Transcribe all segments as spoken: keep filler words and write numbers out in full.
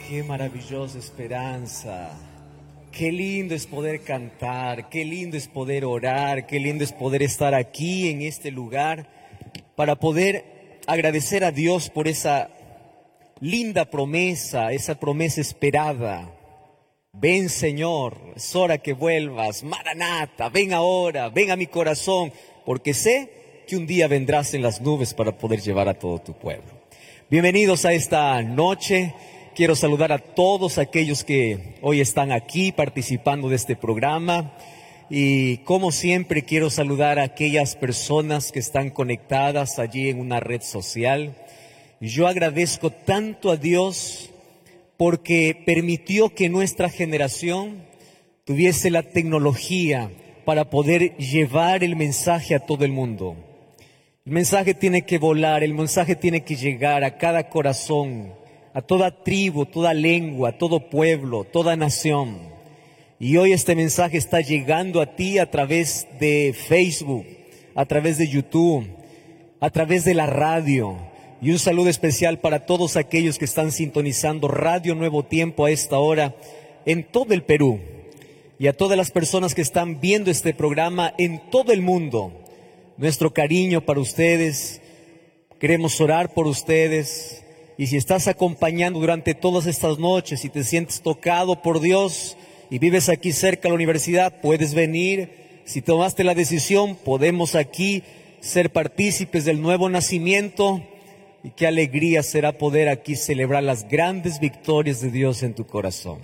Qué maravillosa esperanza. Qué lindo es poder cantar, qué lindo es poder orar, qué lindo es poder estar aquí en este lugar para poder agradecer a Dios por esa linda promesa, esa promesa esperada. Ven, Señor, es hora que vuelvas, Maranata, ven ahora, ven a mi corazón, porque sé que un día vendrás en las nubes para poder llevar a todo tu pueblo. Bienvenidos a esta noche. Quiero saludar a todos aquellos que hoy están aquí participando de este programa y como siempre quiero saludar a aquellas personas que están conectadas allí en una red social. Yo agradezco tanto a Dios porque permitió que nuestra generación tuviese la tecnología para poder llevar el mensaje a todo el mundo. El mensaje tiene que volar, el mensaje tiene que llegar a cada corazón, a toda tribu, toda lengua, todo pueblo, toda nación. Y hoy este mensaje está llegando a ti a través de Facebook, a través de YouTube, a través de la radio. Y un saludo especial para todos aquellos que están sintonizando Radio Nuevo Tiempo a esta hora en todo el Perú. Y a todas las personas que están viendo este programa en todo el mundo. Nuestro cariño para ustedes. Queremos orar por ustedes. Y si estás acompañando durante todas estas noches y te sientes tocado por Dios y vives aquí cerca de la universidad, puedes venir. Si tomaste la decisión, podemos aquí ser partícipes del nuevo nacimiento. Y qué alegría será poder aquí celebrar las grandes victorias de Dios en tu corazón.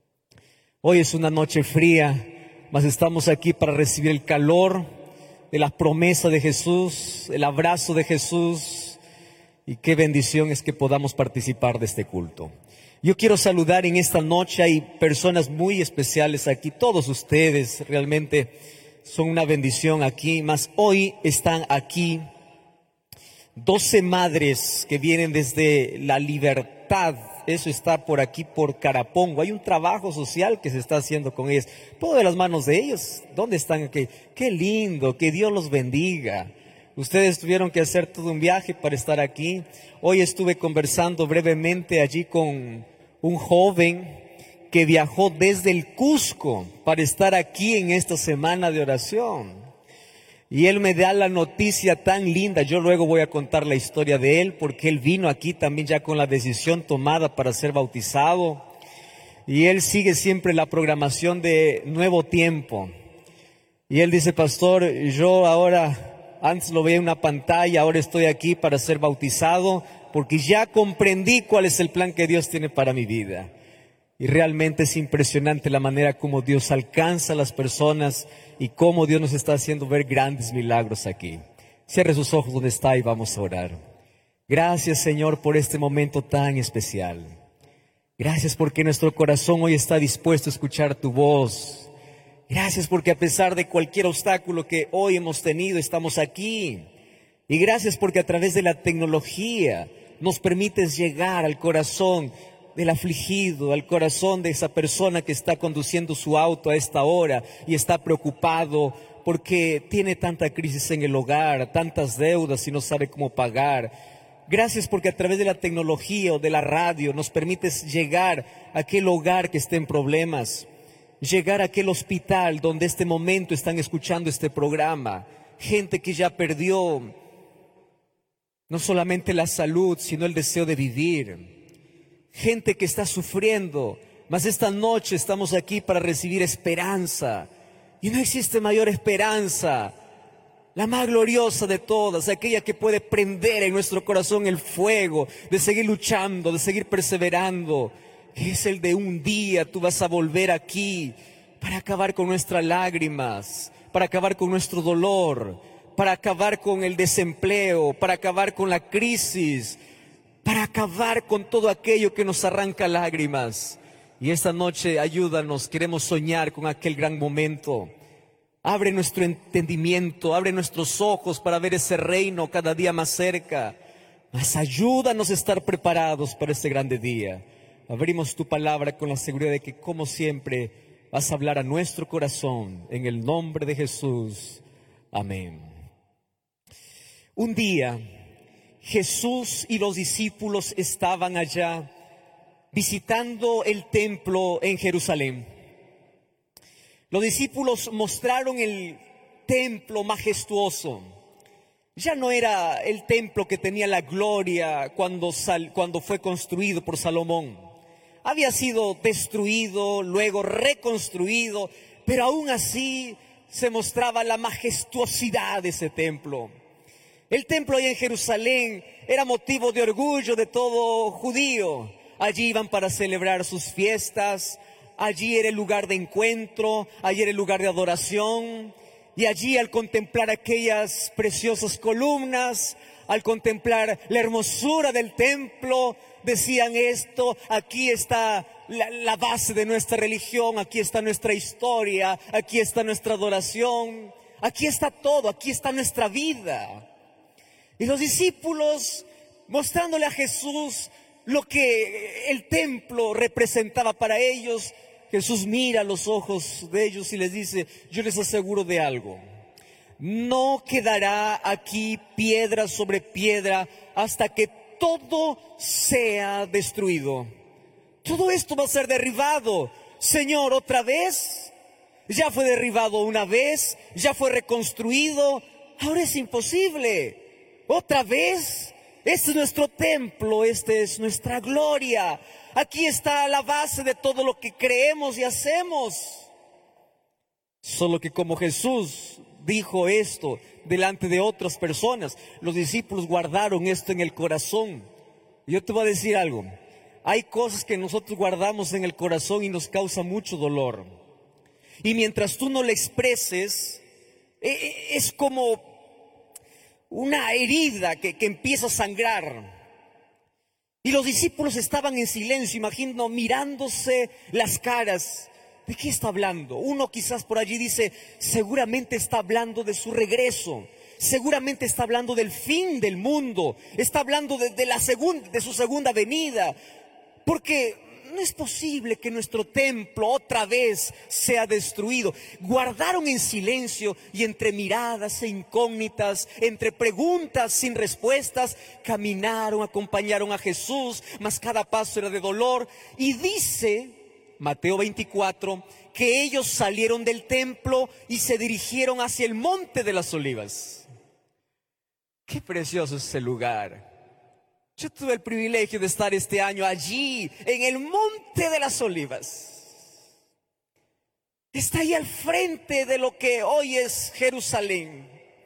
Hoy es una noche fría, mas estamos aquí para recibir el calor de la promesa de Jesús, el abrazo de Jesús. Y qué bendición es que podamos participar de este culto. Yo quiero saludar en esta noche, hay personas muy especiales aquí, todos ustedes realmente son una bendición aquí, más hoy están aquí doce madres que vienen desde La Libertad, eso está por aquí por Carapongo, hay un trabajo social que se está haciendo con ellas, todo de las manos de ellos. ¿Dónde están aquí? Qué lindo, que Dios los bendiga. Ustedes tuvieron que hacer todo un viaje para estar aquí. Hoy estuve conversando brevemente allí con un joven que viajó desde el Cusco para estar aquí en esta semana de oración. Y él me da la noticia tan linda. Yo luego voy a contar la historia de él porque él vino aquí también ya con la decisión tomada para ser bautizado. Y él sigue siempre la programación de Nuevo Tiempo. Y él dice, pastor, yo ahora... Antes lo veía en una pantalla, ahora estoy aquí para ser bautizado porque ya comprendí cuál es el plan que Dios tiene para mi vida. Y realmente es impresionante la manera como Dios alcanza a las personas y cómo Dios nos está haciendo ver grandes milagros aquí. Cierre sus ojos donde está y vamos a orar. Gracias, Señor, por este momento tan especial. Gracias porque nuestro corazón hoy está dispuesto a escuchar tu voz. Gracias porque a pesar de cualquier obstáculo que hoy hemos tenido, estamos aquí. Y gracias porque a través de la tecnología nos permites llegar al corazón del afligido, al corazón de esa persona que está conduciendo su auto a esta hora y está preocupado porque tiene tanta crisis en el hogar, tantas deudas y no sabe cómo pagar. Gracias porque a través de la tecnología o de la radio nos permites llegar a aquel hogar que esté en problemas. Llegar a aquel hospital donde este momento están escuchando este programa. Gente que ya perdió no solamente la salud, sino el deseo de vivir. Gente que está sufriendo, mas esta noche estamos aquí para recibir esperanza. Y no existe mayor esperanza, la más gloriosa de todas, aquella que puede prender en nuestro corazón el fuego de seguir luchando, de seguir perseverando. Es el de un día tú vas a volver aquí para acabar con nuestras lágrimas, para acabar con nuestro dolor, para acabar con el desempleo, para acabar con la crisis, para acabar con todo aquello que nos arranca lágrimas. Y esta noche ayúdanos, queremos soñar con aquel gran momento. Abre nuestro entendimiento, abre nuestros ojos para ver ese reino cada día más cerca. Mas ayúdanos a estar preparados para este grande día. Abrimos tu palabra con la seguridad de que, como siempre, vas a hablar a nuestro corazón. En el nombre de Jesús. Amén. Un día, Jesús y los discípulos estaban allá visitando el templo en Jerusalén. Los discípulos mostraron el templo majestuoso. Ya no era el templo que tenía la gloria cuando, sal, cuando fue construido por Salomón. Había sido destruido, luego reconstruido, pero aún así se mostraba la majestuosidad de ese templo. El templo ahí en Jerusalén era motivo de orgullo de todo judío. Allí iban para celebrar sus fiestas, allí era el lugar de encuentro, allí era el lugar de adoración. Y allí, al contemplar aquellas preciosas columnas, al contemplar la hermosura del templo, decían esto: aquí está la, la base de nuestra religión, aquí está nuestra historia, aquí está nuestra adoración, aquí está todo, aquí está nuestra vida. Y los discípulos, mostrándole a Jesús lo que el templo representaba para ellos, Jesús mira a los ojos de ellos y les dice: yo les aseguro de algo, no quedará aquí piedra sobre piedra hasta que todo sea destruido. Todo esto va a ser derribado. Señor, ¿otra vez? Ya fue derribado una vez, ya fue reconstruido, ahora es imposible. ¿Otra vez? Este es nuestro templo, esta es nuestra gloria. Aquí está la base de todo lo que creemos y hacemos. Solo que como Jesús dijo esto delante de otras personas, los discípulos guardaron esto en el corazón. Yo te voy a decir algo: hay cosas que nosotros guardamos en el corazón y nos causa mucho dolor. Y mientras tú no le expreses, es como una herida que, que empieza a sangrar. Y los discípulos estaban en silencio, imagino, mirándose las caras. ¿De qué está hablando? Uno quizás por allí dice: seguramente está hablando de su regreso. Seguramente está hablando del fin del mundo. Está hablando de, de, la segunda, de su segunda venida. Porque no es posible que nuestro templo otra vez sea destruido. Guardaron en silencio y entre miradas e incógnitas, entre preguntas sin respuestas, caminaron, acompañaron a Jesús, mas cada paso era de dolor. Y dice Mateo veinticuatro que ellos salieron del templo y se dirigieron hacia el Monte de las Olivas. Qué precioso es ese lugar. Yo tuve el privilegio de estar este año allí, en el Monte de las Olivas. Está ahí al frente de lo que hoy es Jerusalén.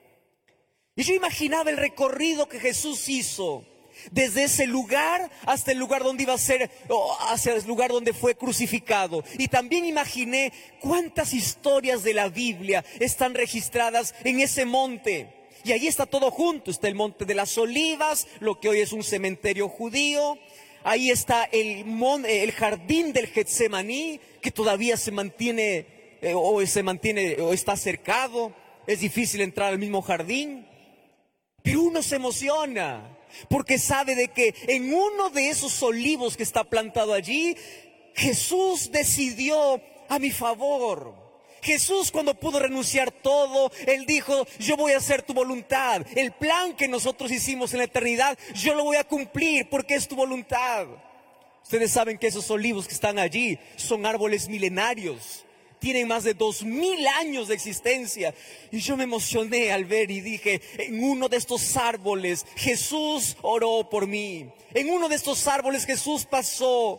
Y yo imaginaba el recorrido que Jesús hizo desde ese lugar hasta el lugar donde iba a ser, o hacia el lugar donde fue crucificado. Y también imaginé cuántas historias de la Biblia están registradas en ese monte. Y ahí está todo junto, está el Monte de las Olivas, lo que hoy es un cementerio judío. Ahí está el, mon, el jardín del Getsemaní, que todavía se mantiene, eh, o se mantiene, o está cercado. Es difícil entrar al mismo jardín. Pero uno se emociona, porque sabe de que en uno de esos olivos que está plantado allí, Jesús decidió a mi favor. Jesús, cuando pudo renunciar todo, Él dijo: yo voy a hacer tu voluntad. El plan que nosotros hicimos en la eternidad, yo lo voy a cumplir porque es tu voluntad. Ustedes saben que esos olivos que están allí son árboles milenarios. Tienen más de dos mil años de existencia. Y yo me emocioné al ver y dije: en uno de estos árboles Jesús oró por mí. En uno de estos árboles Jesús pasó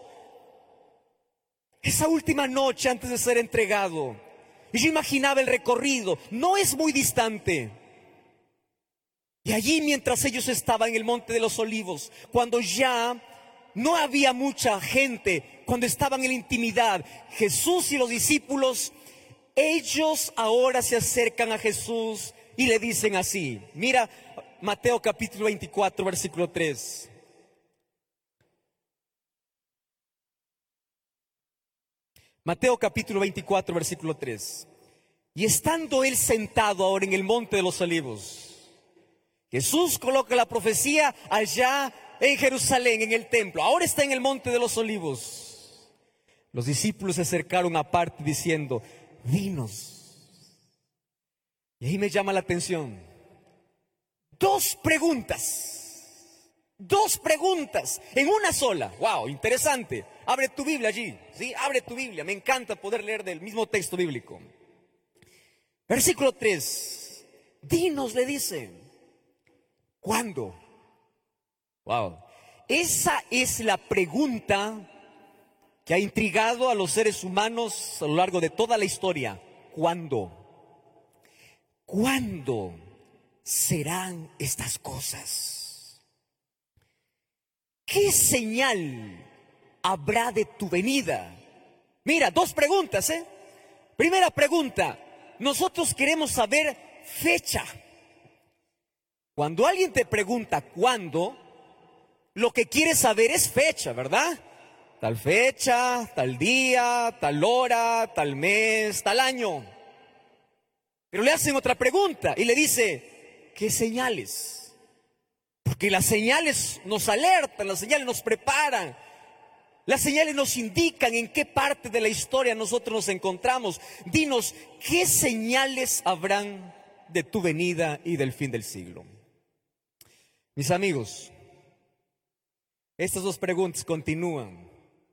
esa última noche antes de ser entregado. Y yo imaginaba el recorrido, no es muy distante. Y allí, mientras ellos estaban en el Monte de los Olivos, cuando ya no había mucha gente, cuando estaban en la intimidad, Jesús y los discípulos, ellos ahora se acercan a Jesús y le dicen así. Mira Mateo capítulo veinticuatro, versículo tres. Mateo capítulo veinticuatro, versículo tres. Y estando él sentado ahora en el Monte de los Olivos, Jesús coloca la profecía allá en Jerusalén, en el templo. Ahora está en el Monte de los Olivos. Los discípulos se acercaron aparte diciendo: dinos. Y ahí me llama la atención dos preguntas. Dos preguntas en una sola. ¡Wow! Interesante. Abre tu Biblia allí. ¿Sí? Abre tu Biblia. Me encanta poder leer del mismo texto bíblico. Versículo tres. Dinos, le dice. ¿Cuándo? ¡Wow! Esa es la pregunta que ha intrigado a los seres humanos a lo largo de toda la historia. ¿Cuándo? ¿Cuándo serán estas cosas? ¿Qué señal habrá de tu venida? Mira, dos preguntas, ¿eh? Primera pregunta, nosotros queremos saber fecha. Cuando alguien te pregunta cuándo, lo que quiere saber es fecha, ¿verdad? Tal fecha, tal día, tal hora, tal mes, tal año. Pero le hacen otra pregunta y le dice, ¿qué señales? Porque las señales nos alertan, las señales nos preparan, las señales nos indican en qué parte de la historia nosotros nos encontramos. Dinos, ¿qué señales habrán de tu venida y del fin del siglo? Mis amigos, estas dos preguntas continúan.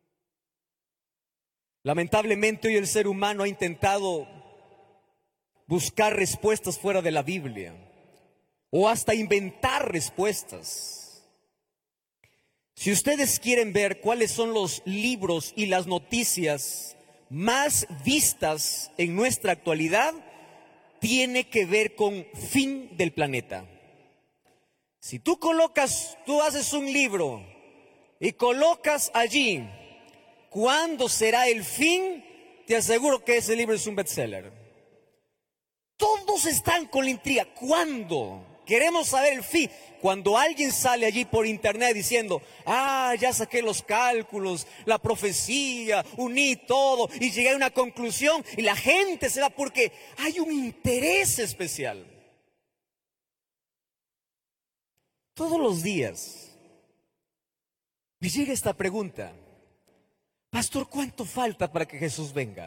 Lamentablemente hoy el ser humano ha intentado buscar respuestas fuera de la Biblia o hasta inventar respuestas. Si ustedes quieren ver cuáles son los libros y las noticias más vistas en nuestra actualidad, tiene que ver con fin del planeta. Si tú colocas, tú haces un libro y colocas allí ¿cuándo será el fin? Te aseguro que ese libro es un bestseller. Todos están con la intriga. ¿Cuándo? Queremos saber el fin. Cuando alguien sale allí por internet diciendo, ah, ya saqué los cálculos, la profecía, uní todo y llegué a una conclusión, y la gente se va porque hay un interés especial. Todos los días me llega esta pregunta. Pastor, ¿cuánto falta para que Jesús venga?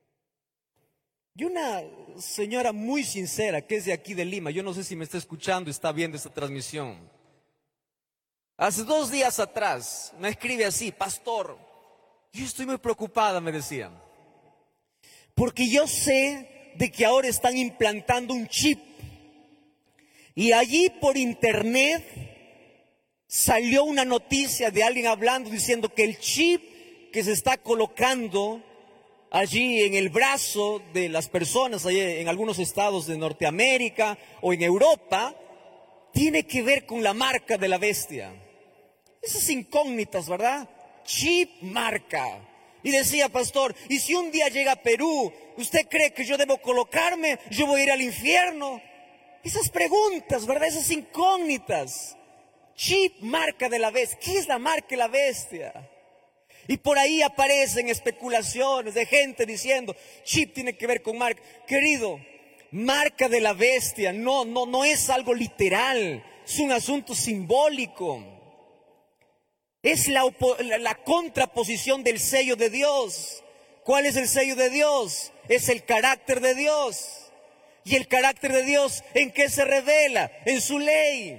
Y una señora muy sincera, que es de aquí de Lima, yo no sé si me está escuchando, está viendo esta transmisión. Hace dos días atrás me escribe así, pastor, yo estoy muy preocupada, me decía. Porque yo sé de que ahora están implantando un chip. Y allí por internet salió una noticia de alguien hablando, diciendo que el chip que se está colocando allí en el brazo de las personas, allí en algunos estados de Norteamérica o en Europa, tiene que ver con la marca de la bestia. Esas incógnitas, ¿verdad? Chip, marca. Y decía, pastor, ¿y si un día llega a Perú, usted cree que yo debo colocarme? ¿Yo voy a ir al infierno? Esas preguntas, ¿verdad? Esas incógnitas. Chip, marca de la bestia. ¿Qué es la marca de la bestia? Y por ahí aparecen especulaciones de gente diciendo, chip tiene que ver con marca. Querido, marca de la bestia no, no, no es algo literal, es un asunto simbólico. Es la, la, la contraposición del sello de Dios. ¿Cuál es el sello de Dios? Es el carácter de Dios. ¿Y el carácter de Dios en qué se revela? En su ley.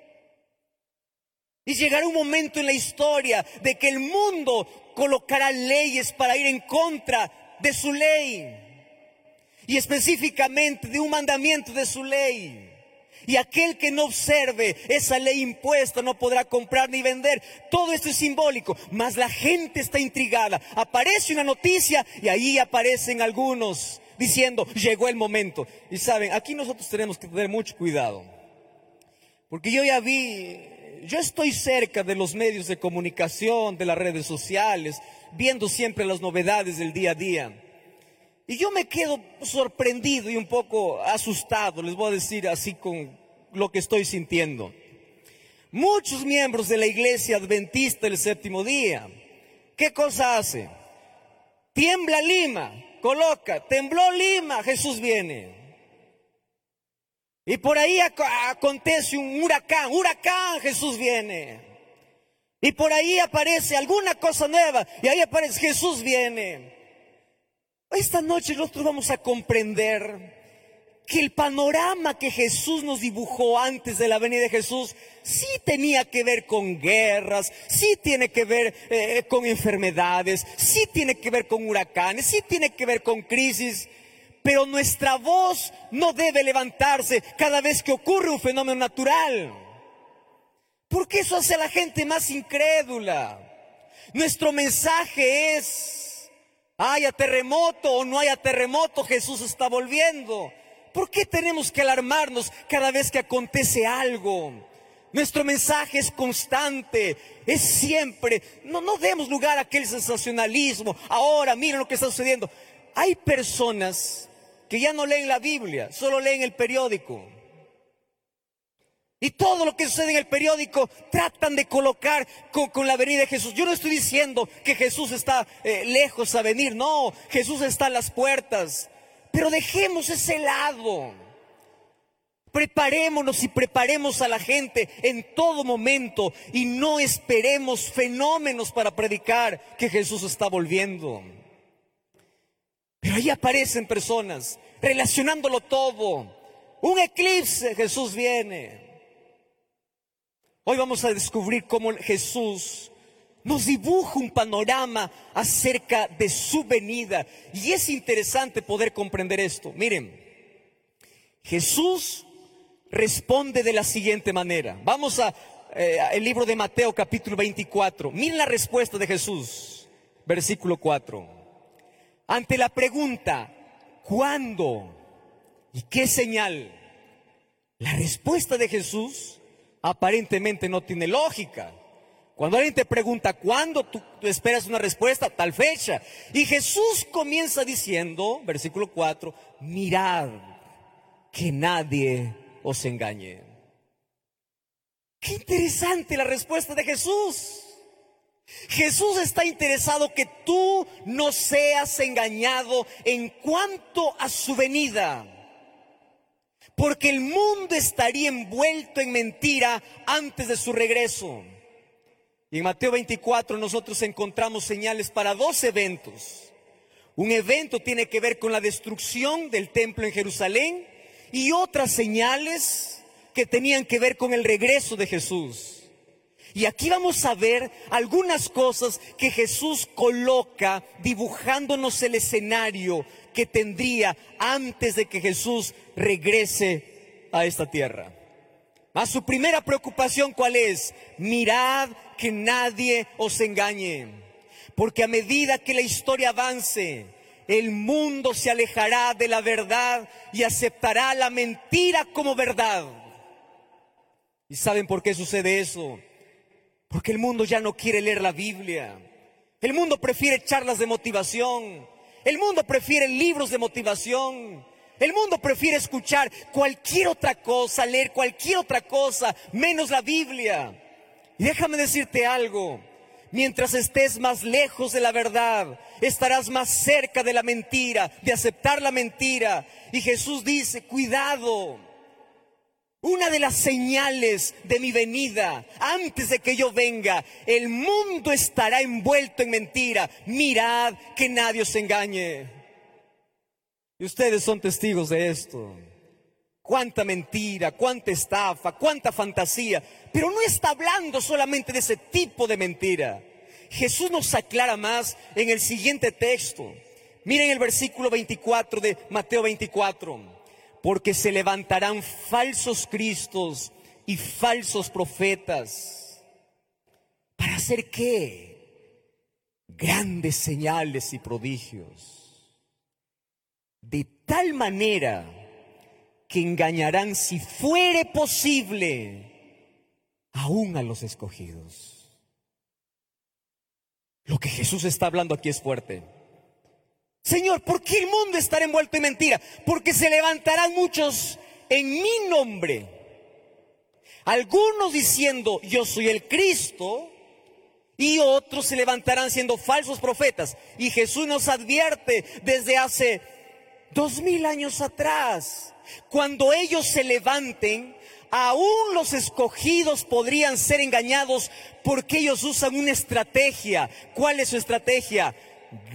Y llegará un momento en la historia de que el mundo colocará leyes para ir en contra de su ley. Y específicamente de un mandamiento de su ley. Y aquel que no observe esa ley impuesta no podrá comprar ni vender. Todo esto es simbólico, mas la gente está intrigada. Aparece una noticia y ahí aparecen algunos diciendo, llegó el momento. Y saben, aquí nosotros tenemos que tener mucho cuidado. Porque yo ya vi... Yo estoy cerca de los medios de comunicación, de las redes sociales, viendo siempre las novedades del día a día. Y yo me quedo sorprendido y un poco asustado, les voy a decir así con lo que estoy sintiendo. Muchos miembros de la iglesia adventista del séptimo día, ¿qué cosa hace? Tiembla Lima, coloca, tembló Lima, Jesús viene. Y por ahí ac acontece un huracán, huracán, Jesús viene. Y por ahí aparece alguna cosa nueva, y ahí aparece Jesús viene. Esta noche nosotros vamos a comprender que el panorama que Jesús nos dibujó antes de la venida de Jesús sí tenía que ver con guerras, sí tiene que ver eh, con enfermedades, sí tiene que ver con huracanes, sí tiene que ver con crisis. Pero nuestra voz no debe levantarse cada vez que ocurre un fenómeno natural, porque eso hace a la gente más incrédula. Nuestro mensaje es: haya terremoto o no haya terremoto, Jesús está volviendo. ¿Por qué tenemos que alarmarnos cada vez que acontece algo? Nuestro mensaje es constante, es siempre. No, no demos lugar a aquel sensacionalismo. Ahora, miren lo que está sucediendo. Hay personas que ya no leen la Biblia, solo leen el periódico. Y todo lo que sucede en el periódico tratan de colocar con, con la venida de Jesús. Yo no estoy diciendo que Jesús está eh, lejos a venir. No, Jesús está a las puertas. Pero dejemos ese lado. Preparémonos y preparemos a la gente en todo momento. Y no esperemos fenómenos para predicar que Jesús está volviendo. Pero ahí aparecen personas relacionándolo todo. Un eclipse, Jesús viene. Hoy vamos a descubrir cómo Jesús nos dibuja un panorama acerca de su venida. Y es interesante poder comprender esto. Miren, Jesús responde de la siguiente manera. Vamos a eh, el libro de Mateo capítulo veinticuatro. Miren la respuesta de Jesús, versículo cuatro. Ante la pregunta, ¿cuándo y qué señal? La respuesta de Jesús aparentemente no tiene lógica. Cuando alguien te pregunta ¿cuándo?, tú, tú esperas una respuesta, tal fecha. Y Jesús comienza diciendo, versículo cuatro, mirad que nadie os engañe. Qué interesante la respuesta de Jesús. Jesús está interesado que tú no seas engañado en cuanto a su venida, porque el mundo estaría envuelto en mentira antes de su regreso. Y en Mateo veinticuatro nosotros encontramos señales para dos eventos. Un evento tiene que ver con la destrucción del templo en Jerusalén y otras señales que tenían que ver con el regreso de Jesús. Y aquí vamos a ver algunas cosas que Jesús coloca dibujándonos el escenario que tendría antes de que Jesús regrese a esta tierra. A su primera preocupación, ¿cuál es? Mirad que nadie os engañe, porque a medida que la historia avance, el mundo se alejará de la verdad y aceptará la mentira como verdad. ¿Y saben por qué sucede eso? Porque el mundo ya no quiere leer la Biblia. El mundo prefiere charlas de motivación. El mundo prefiere libros de motivación. El mundo prefiere escuchar cualquier otra cosa, leer cualquier otra cosa, menos la Biblia. Y déjame decirte algo. Mientras estés más lejos de la verdad, estarás más cerca de la mentira, de aceptar la mentira. Y Jesús dice, cuidado. Una de las señales de mi venida, antes de que yo venga, el mundo estará envuelto en mentira. Mirad que nadie os engañe. Y ustedes son testigos de esto. Cuánta mentira, cuánta estafa, cuánta fantasía. Pero no está hablando solamente de ese tipo de mentira. Jesús nos aclara más en el siguiente texto. Miren el versículo veinticuatro de Mateo veinticuatro. Porque se levantarán falsos cristos y falsos profetas. ¿Para hacer qué? Grandes señales y prodigios. De tal manera que engañarán, si fuere posible, aún a los escogidos. Lo que Jesús está hablando aquí es fuerte. Señor, ¿por qué el mundo estará envuelto en mentira? Porque se levantarán muchos en mi nombre. Algunos diciendo, yo soy el Cristo, y otros se levantarán siendo falsos profetas. Y Jesús nos advierte desde hace dos mil años atrás. Cuando ellos se levanten, aún los escogidos podrían ser engañados porque ellos usan una estrategia. ¿Cuál es su estrategia? Grandes señales y grandes prodigios.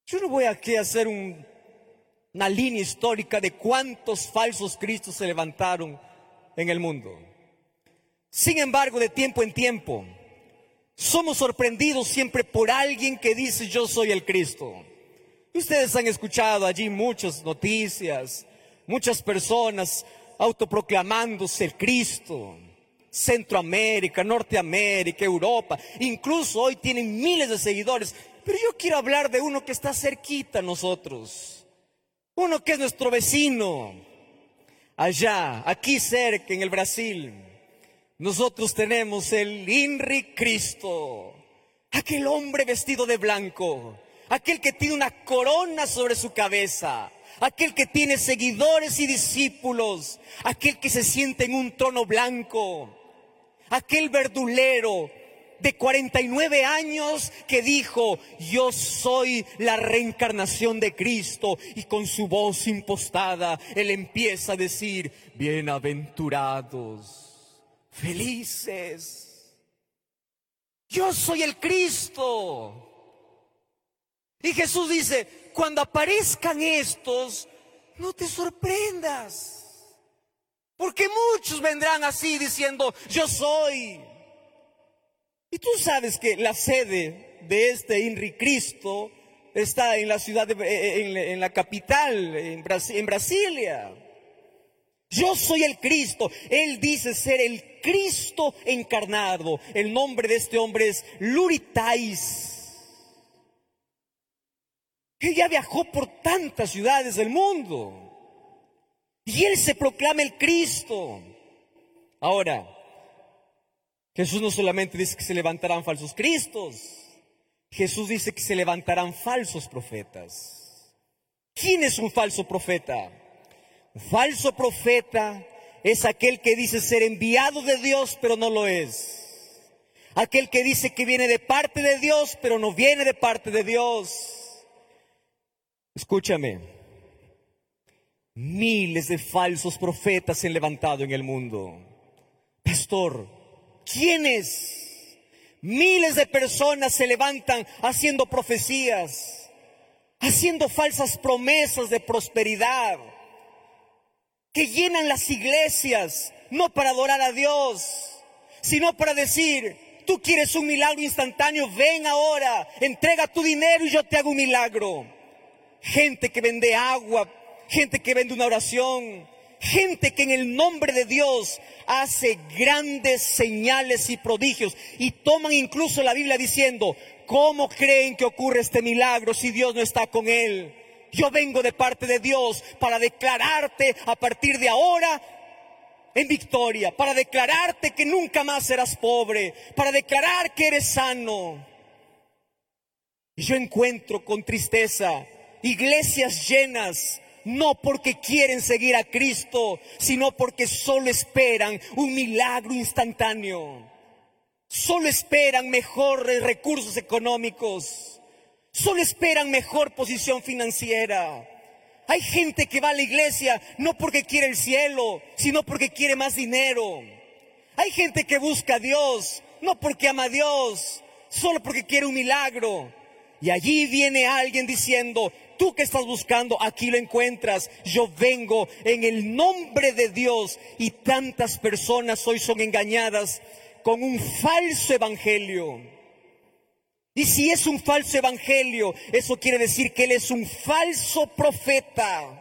Yo no voy aquí a hacer un, una línea histórica de cuántos falsos cristos se levantaron en el mundo. Sin embargo, de tiempo en tiempo, somos sorprendidos siempre por alguien que dice: yo soy el Cristo. Y ustedes han escuchado allí muchas noticias, muchas personas autoproclamándose el Cristo. Centroamérica, Norteamérica, Europa, incluso hoy tienen miles de seguidores. Pero yo quiero hablar de uno que está cerquita a nosotros, uno que es nuestro vecino. Allá, aquí cerca en el Brasil, nosotros tenemos el INRI Cristo, aquel hombre vestido de blanco, aquel que tiene una corona sobre su cabeza, aquel que tiene seguidores y discípulos, aquel que se siente en un trono blanco, aquel verdulero de cuarenta y nueve años que dijo: yo soy la reencarnación de Cristo, y con su voz impostada él empieza a decir: bienaventurados, felices, yo soy el Cristo. Y Jesús dice: cuando aparezcan estos, no te sorprendas, porque muchos vendrán así diciendo: yo soy. Y tú sabes que la sede de este INRI Cristo está en la ciudad, de, en, en la capital, en, Bras, en Brasilia. Yo soy el Cristo. Él dice ser el Cristo encarnado. El nombre de este hombre es Luritais. Él ya viajó por tantas ciudades del mundo y él se proclama el Cristo. Ahora, Jesús no solamente dice que se levantarán falsos cristos, Jesús dice que se levantarán falsos profetas. ¿Quién es un falso profeta? Un falso profeta es aquel que dice ser enviado de Dios, pero no lo es. Aquel que dice que viene de parte de Dios, pero no viene de parte de Dios. Escúchame, miles de falsos profetas se han levantado en el mundo. Pastor, ¿quiénes? Miles de personas se levantan haciendo profecías, haciendo falsas promesas de prosperidad, que llenan las iglesias, no para adorar a Dios, sino para decir: tú quieres un milagro instantáneo, ven ahora, entrega tu dinero y yo te hago un milagro. Gente que vende agua, gente que vende una oración, gente que en el nombre de Dios hace grandes señales y prodigios, y toman incluso la Biblia diciendo: ¿cómo creen que ocurre este milagro si Dios no está con él? Yo vengo de parte de Dios para declararte a partir de ahora en victoria, para declararte que nunca más serás pobre, para declarar que eres sano. Y yo encuentro con tristeza iglesias llenas, no porque quieren seguir a Cristo, sino porque solo esperan un milagro instantáneo. Solo esperan mejores recursos económicos. Solo esperan mejor posición financiera. Hay gente que va a la iglesia no porque quiere el cielo, sino porque quiere más dinero. Hay gente que busca a Dios no porque ama a Dios, solo porque quiere un milagro. Y allí viene alguien diciendo: tú que estás buscando, aquí lo encuentras. Yo vengo en el nombre de Dios. Y tantas personas hoy son engañadas con un falso evangelio. Y si es un falso evangelio, eso quiere decir que él es un falso profeta.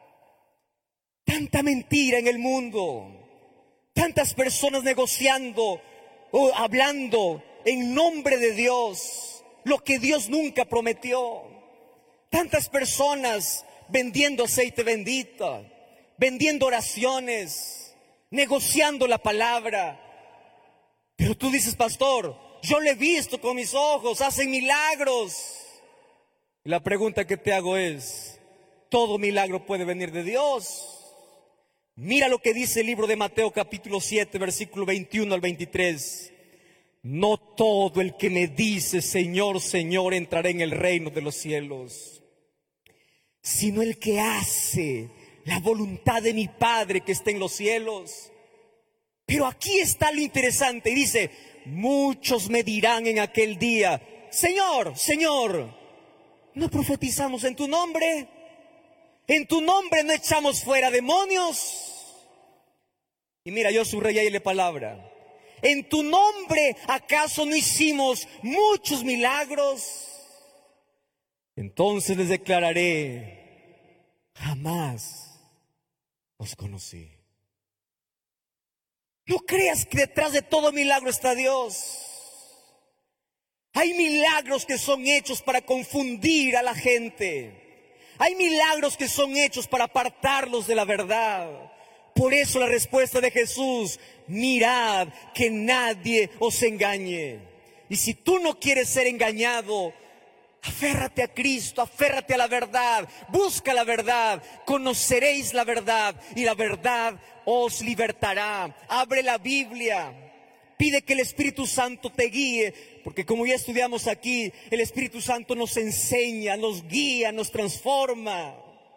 Tanta mentira en el mundo, tantas personas negociando o hablando en nombre de Dios lo que Dios nunca prometió. Tantas personas vendiendo aceite bendito, vendiendo oraciones, negociando la palabra. Pero tú dices: pastor, yo lo he visto con mis ojos, hacen milagros. Y la pregunta que te hago es: ¿todo milagro puede venir de Dios? Mira lo que dice el libro de Mateo capítulo siete, versículo veintiuno al veintitrés. No todo el que me dice Señor, Señor entrará en el reino de los cielos, sino el que hace la voluntad de mi Padre que está en los cielos. Pero aquí está lo interesante, y dice: muchos me dirán en aquel día: Señor, Señor, no profetizamos en tu nombre. En tu nombre no echamos fuera demonios. Y mira, yo subrayé la palabra. En tu nombre, ¿acaso no hicimos muchos milagros? Entonces les declararé, jamás os conocí. No creas que detrás de todo milagro está Dios. Hay milagros que son hechos para confundir a la gente. Hay milagros que son hechos para apartarlos de la verdad. Por eso la respuesta de Jesús: mirad que nadie os engañe. Y si tú no quieres ser engañado, aférrate a Cristo, aférrate a la verdad, busca la verdad, conoceréis la verdad y la verdad os libertará. Abre la Biblia, pide que el Espíritu Santo te guíe, porque como ya estudiamos aquí, el Espíritu Santo nos enseña, nos guía, nos transforma.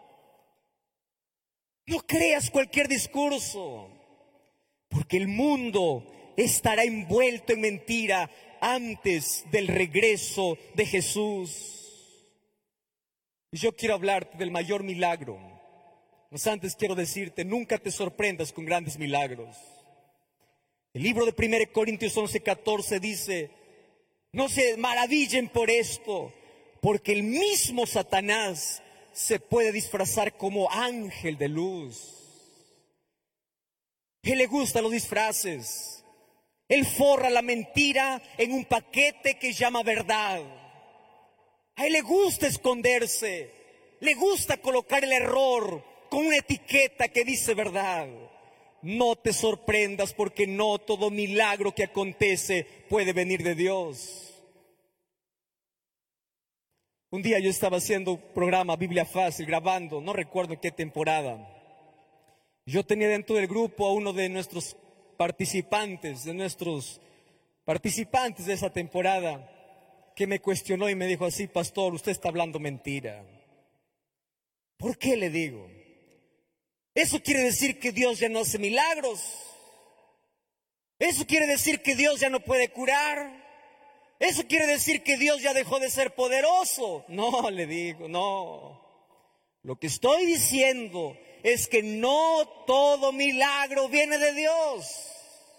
No creas cualquier discurso, porque el mundo estará envuelto en mentira antes del regreso de Jesús. Y yo quiero hablarte del mayor milagro. Mas antes quiero decirte, nunca te sorprendas con grandes milagros. El libro de primera Corintios once, catorce dice: no se maravillen por esto, porque el mismo Satanás se puede disfrazar como ángel de luz. A él le gustan los disfraces. Él forra la mentira en un paquete que llama verdad. A él le gusta esconderse. Le gusta colocar el error con una etiqueta que dice verdad. No te sorprendas, porque no todo milagro que acontece puede venir de Dios. Un día yo estaba haciendo un programa Biblia Fácil, grabando, no recuerdo en qué temporada. Yo tenía dentro del grupo a uno de nuestros participantes, de nuestros participantes de esa temporada, que me cuestionó y me dijo así: pastor, usted está hablando mentira. ¿Por qué? Le digo. Eso quiere decir que Dios ya no hace milagros. Eso quiere decir que Dios ya no puede curar. Eso quiere decir que Dios ya dejó de ser poderoso. No, le digo, no. Lo que estoy diciendo es que no todo milagro viene de Dios.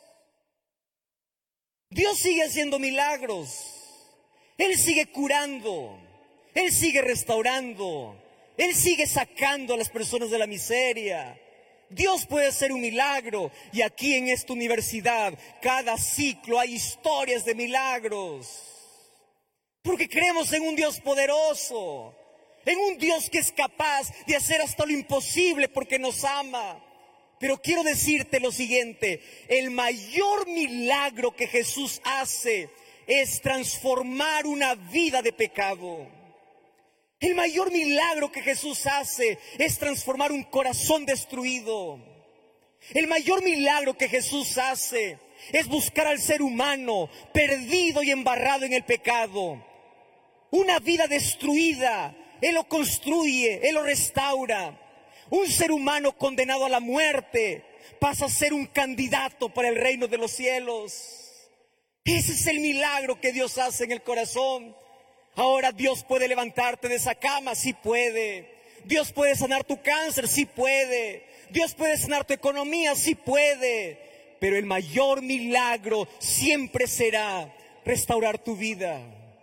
Dios sigue haciendo milagros. Él sigue curando. Él sigue restaurando. Él sigue sacando a las personas de la miseria. Dios puede hacer un milagro. Y aquí en esta universidad, cada ciclo hay historias de milagros. Porque creemos en un Dios poderoso, en un Dios que es capaz de hacer hasta lo imposible porque nos ama. Pero quiero decirte lo siguiente: el mayor milagro que Jesús hace es transformar una vida de pecado. El mayor milagro que Jesús hace es transformar un corazón destruido. El mayor milagro que Jesús hace es buscar al ser humano perdido y embarrado en el pecado. Una vida destruida, Él lo construye, Él lo restaura. Un ser humano condenado a la muerte pasa a ser un candidato para el reino de los cielos. Ese es el milagro que Dios hace en el corazón. Ahora, Dios puede levantarte de esa cama, sí puede. Dios puede sanar tu cáncer, sí puede. Dios puede sanar tu economía, sí puede. Pero el mayor milagro siempre será restaurar tu vida.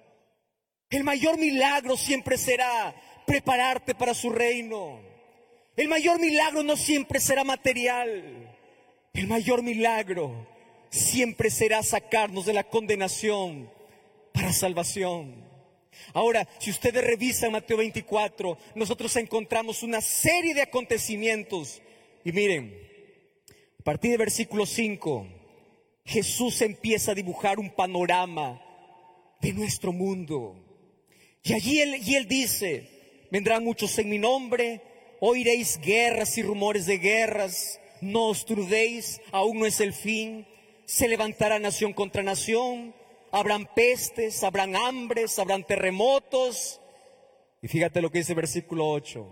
El mayor milagro siempre será prepararte para su reino. El mayor milagro no siempre será material. El mayor milagro siempre será sacarnos de la condenación para salvación. Ahora, si ustedes revisan Mateo veinticuatro, nosotros encontramos una serie de acontecimientos. Y miren, a partir del versículo cinco, Jesús empieza a dibujar un panorama de nuestro mundo. Y allí él, y él dice: vendrán muchos en mi nombre, oiréis guerras y rumores de guerras, no os turbéis, aún no es el fin. Se levantará nación contra nación. Habrán pestes, habrán hambres, habrán terremotos. Y fíjate lo que dice el versículo ocho.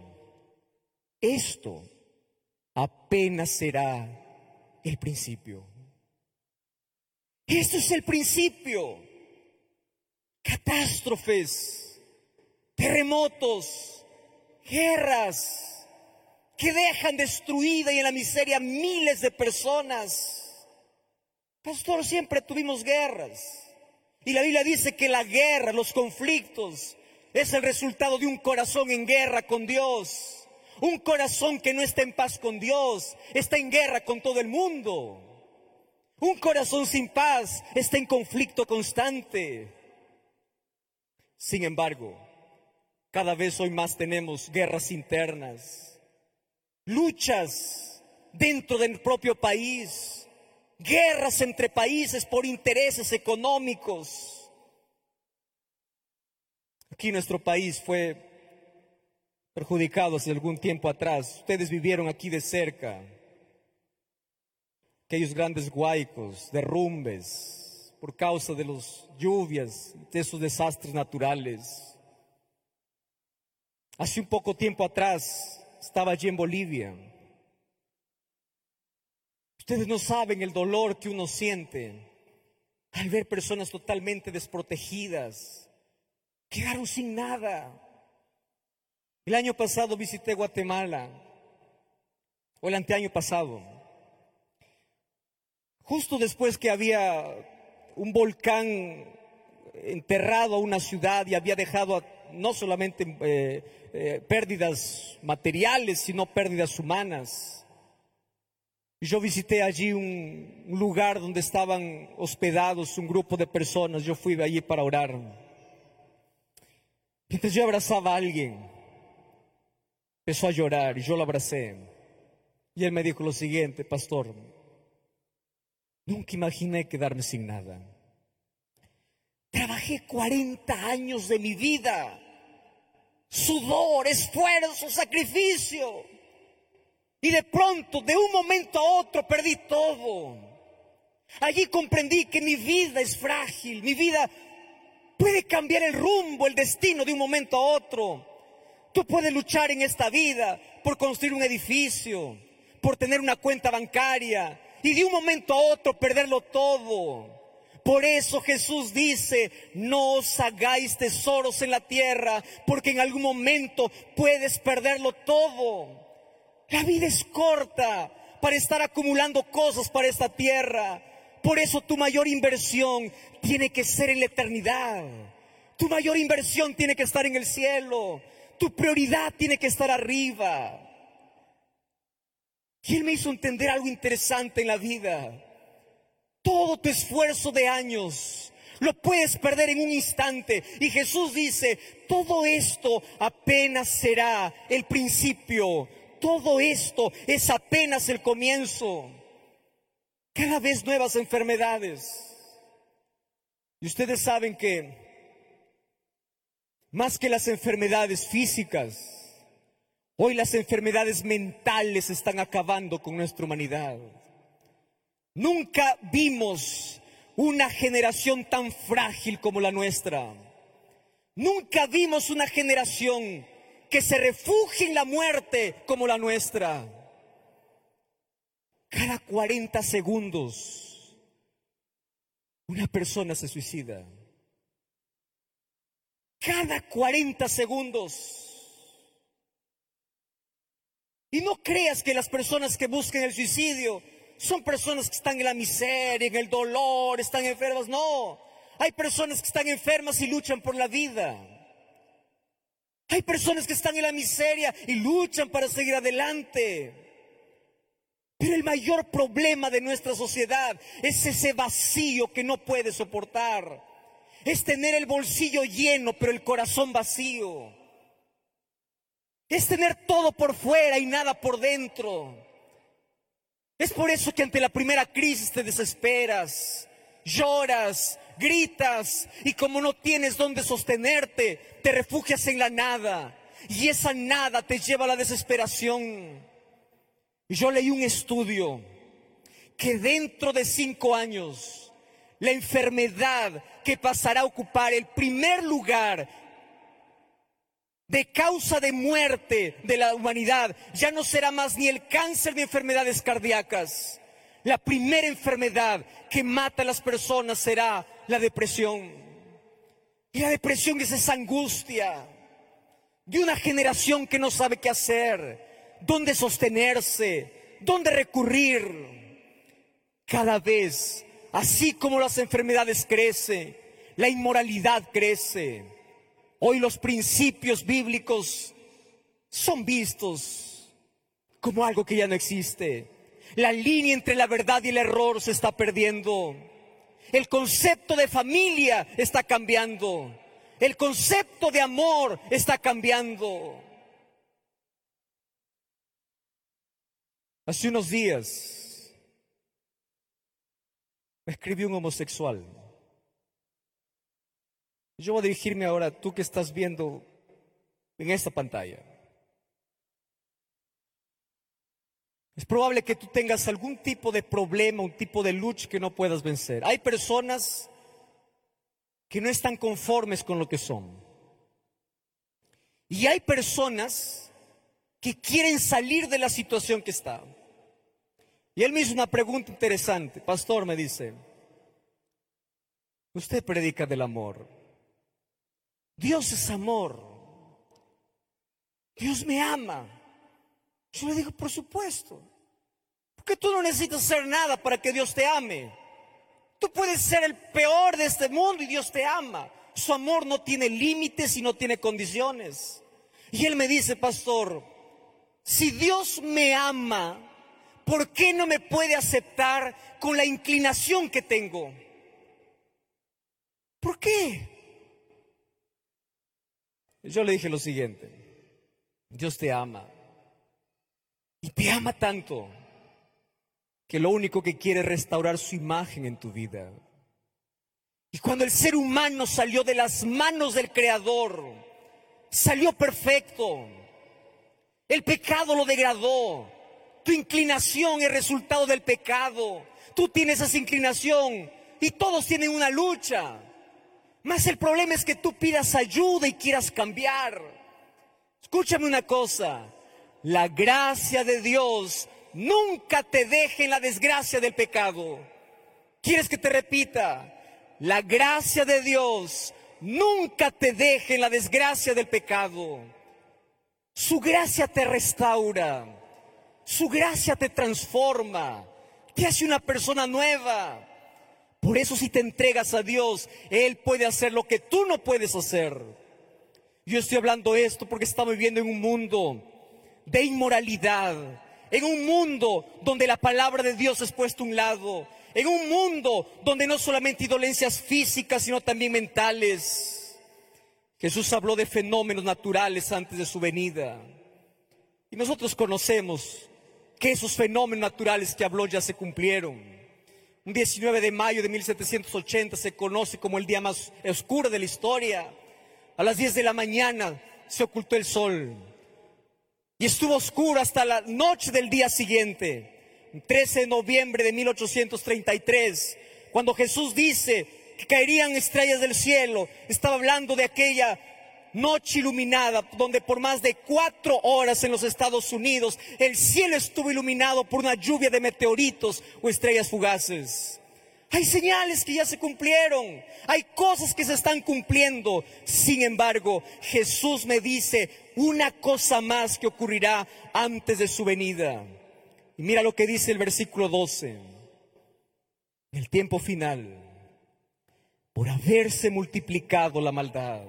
Esto apenas será el principio. Esto es el principio. Catástrofes, terremotos, guerras que dejan destruida y en la miseria miles de personas. Pastor, siempre tuvimos guerras. Y la Biblia dice que la guerra, los conflictos, es el resultado de un corazón en guerra con Dios. Un corazón que no está en paz con Dios, está en guerra con todo el mundo. Un corazón sin paz está en conflicto constante. Sin embargo, cada vez hoy más tenemos guerras internas, luchas dentro del propio país, guerras entre países por intereses económicos. Aquí nuestro país fue perjudicado hace algún tiempo atrás. Ustedes vivieron aquí de cerca aquellos grandes huaicos, derrumbes por causa de las lluvias, de esos desastres naturales. Hace un poco tiempo atrás estaba allí en Bolivia. Ustedes no saben el dolor que uno siente al ver personas totalmente desprotegidas. Quedaron sin nada. El año pasado visité Guatemala, o el anteaño pasado, justo después que había un volcán enterrado a una ciudad y había dejado a, no solamente eh, eh, pérdidas materiales, sino pérdidas humanas. Y yo visité allí un, un lugar donde estaban hospedados un grupo de personas. Yo fui allí para orar. Mientras yo abrazaba a alguien, empezó a llorar y yo lo abracé. Y él me dijo lo siguiente: pastor, nunca imaginé quedarme sin nada. Trabajé cuarenta años de mi vida, sudor, esfuerzo, sacrificio, y de pronto, de un momento a otro, perdí todo. Allí comprendí que mi vida es frágil, mi vida puede cambiar el rumbo, el destino de un momento a otro. Tú puedes luchar en esta vida por construir un edificio, por tener una cuenta bancaria, y de un momento a otro perderlo todo. Por eso Jesús dice: no os hagáis tesoros en la tierra, porque en algún momento puedes perderlo todo. La vida es corta para estar acumulando cosas para esta tierra. Por eso tu mayor inversión tiene que ser en la eternidad. Tu mayor inversión tiene que estar en el cielo. Tu prioridad tiene que estar arriba. Y él me hizo entender algo interesante en la vida. Todo tu esfuerzo de años lo puedes perder en un instante. Y Jesús dice: todo esto apenas será el principio. Todo esto es apenas el comienzo. Cada vez nuevas enfermedades. Y ustedes saben que más que las enfermedades físicas, hoy las enfermedades mentales están acabando con nuestra humanidad. Nunca vimos una generación tan frágil como la nuestra. Nunca vimos una generación que se refugie en la muerte como la nuestra. Cada cuarenta segundos una persona se suicida. Cada cuarenta segundos. Y no creas que las personas que buscan el suicidio son personas que están en la miseria, en el dolor, están enfermas. No, hay personas que están enfermas y luchan por la vida. Hay personas que están en la miseria y luchan para seguir adelante. Pero el mayor problema de nuestra sociedad es ese vacío que no puede soportar. Es tener el bolsillo lleno, pero el corazón vacío. Es tener todo por fuera y nada por dentro. Es por eso que ante la primera crisis te desesperas, lloras, gritas, y como no tienes dónde sostenerte, te refugias en la nada, y esa nada te lleva a la desesperación. Y yo leí un estudio que dentro de cinco años, la enfermedad que pasará a ocupar el primer lugar de causa de muerte de la humanidad ya no será más ni el cáncer ni enfermedades cardíacas. La primera enfermedad que mata a las personas será la depresión. Y la depresión es esa angustia, de una generación que no sabe qué hacer, dónde sostenerse, dónde recurrir. Cada vez, así como las enfermedades crecen, la inmoralidad crece. Hoy los principios bíblicos son vistos como algo que ya no existe. La línea entre la verdad y el error se está perdiendo. El concepto de familia está cambiando. El concepto de amor está cambiando. Hace unos días me escribió un homosexual. Yo voy a dirigirme ahora a tú que estás viendo en esta pantalla. Es probable que tú tengas algún tipo de problema, un tipo de lucha que no puedas vencer. Hay personas que no están conformes con lo que son. Y hay personas que quieren salir de la situación que está. Y él me hizo una pregunta interesante. Pastor, me dice, usted predica del amor. Dios es amor. Dios me ama. Yo le digo, por supuesto. Porque tú no necesitas hacer nada para que Dios te ame. Tú puedes ser el peor de este mundo y Dios te ama. Su amor no tiene límites y no tiene condiciones. Y él me dice, pastor, si Dios me ama, ¿por qué no me puede aceptar con la inclinación que tengo? ¿Por qué? Yo le dije lo siguiente: Dios te ama. Y te ama tanto que lo único que quiere es restaurar su imagen en tu vida. Y cuando el ser humano salió de las manos del Creador, salió perfecto. El pecado lo degradó. Tu inclinación es resultado del pecado. Tú tienes esa inclinación y todos tienen una lucha. Mas el problema es que tú pidas ayuda y quieras cambiar. Escúchame una cosa: la gracia de Dios nunca te deje en la desgracia del pecado. ¿Quieres que te repita? La gracia de Dios nunca te deje en la desgracia del pecado. Su gracia te restaura. Su gracia te transforma. Te hace una persona nueva. Por eso, si te entregas a Dios, Él puede hacer lo que tú no puedes hacer. Yo estoy hablando esto porque estamos viviendo en un mundo de inmoralidad, en un mundo donde la palabra de Dios es puesta a un lado, en un mundo donde no solamente hay dolencias físicas, sino también mentales. Jesús habló de fenómenos naturales antes de su venida, y nosotros conocemos que esos fenómenos naturales que habló ya se cumplieron. Un diecinueve de mayo de mil setecientos ochenta se conoce como el día más oscuro de la historia. A las diez de la mañana se ocultó el sol y estuvo oscuro hasta la noche del día siguiente, trece de noviembre de mil ochocientos treinta y tres, cuando Jesús dice que caerían estrellas del cielo. Estaba hablando de aquella noche iluminada donde por más de cuatro horas en los Estados Unidos el cielo estuvo iluminado por una lluvia de meteoritos o estrellas fugaces. Hay señales que ya se cumplieron, hay cosas que se están cumpliendo. Sin embargo, Jesús me dice una cosa más que ocurrirá antes de su venida. Y mira lo que dice el versículo doce. En el tiempo final, por haberse multiplicado la maldad,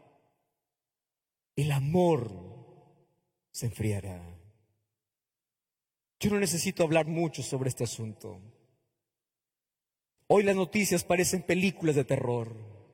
el amor se enfriará. Yo no necesito hablar mucho sobre este asunto. Hoy las noticias parecen películas de terror.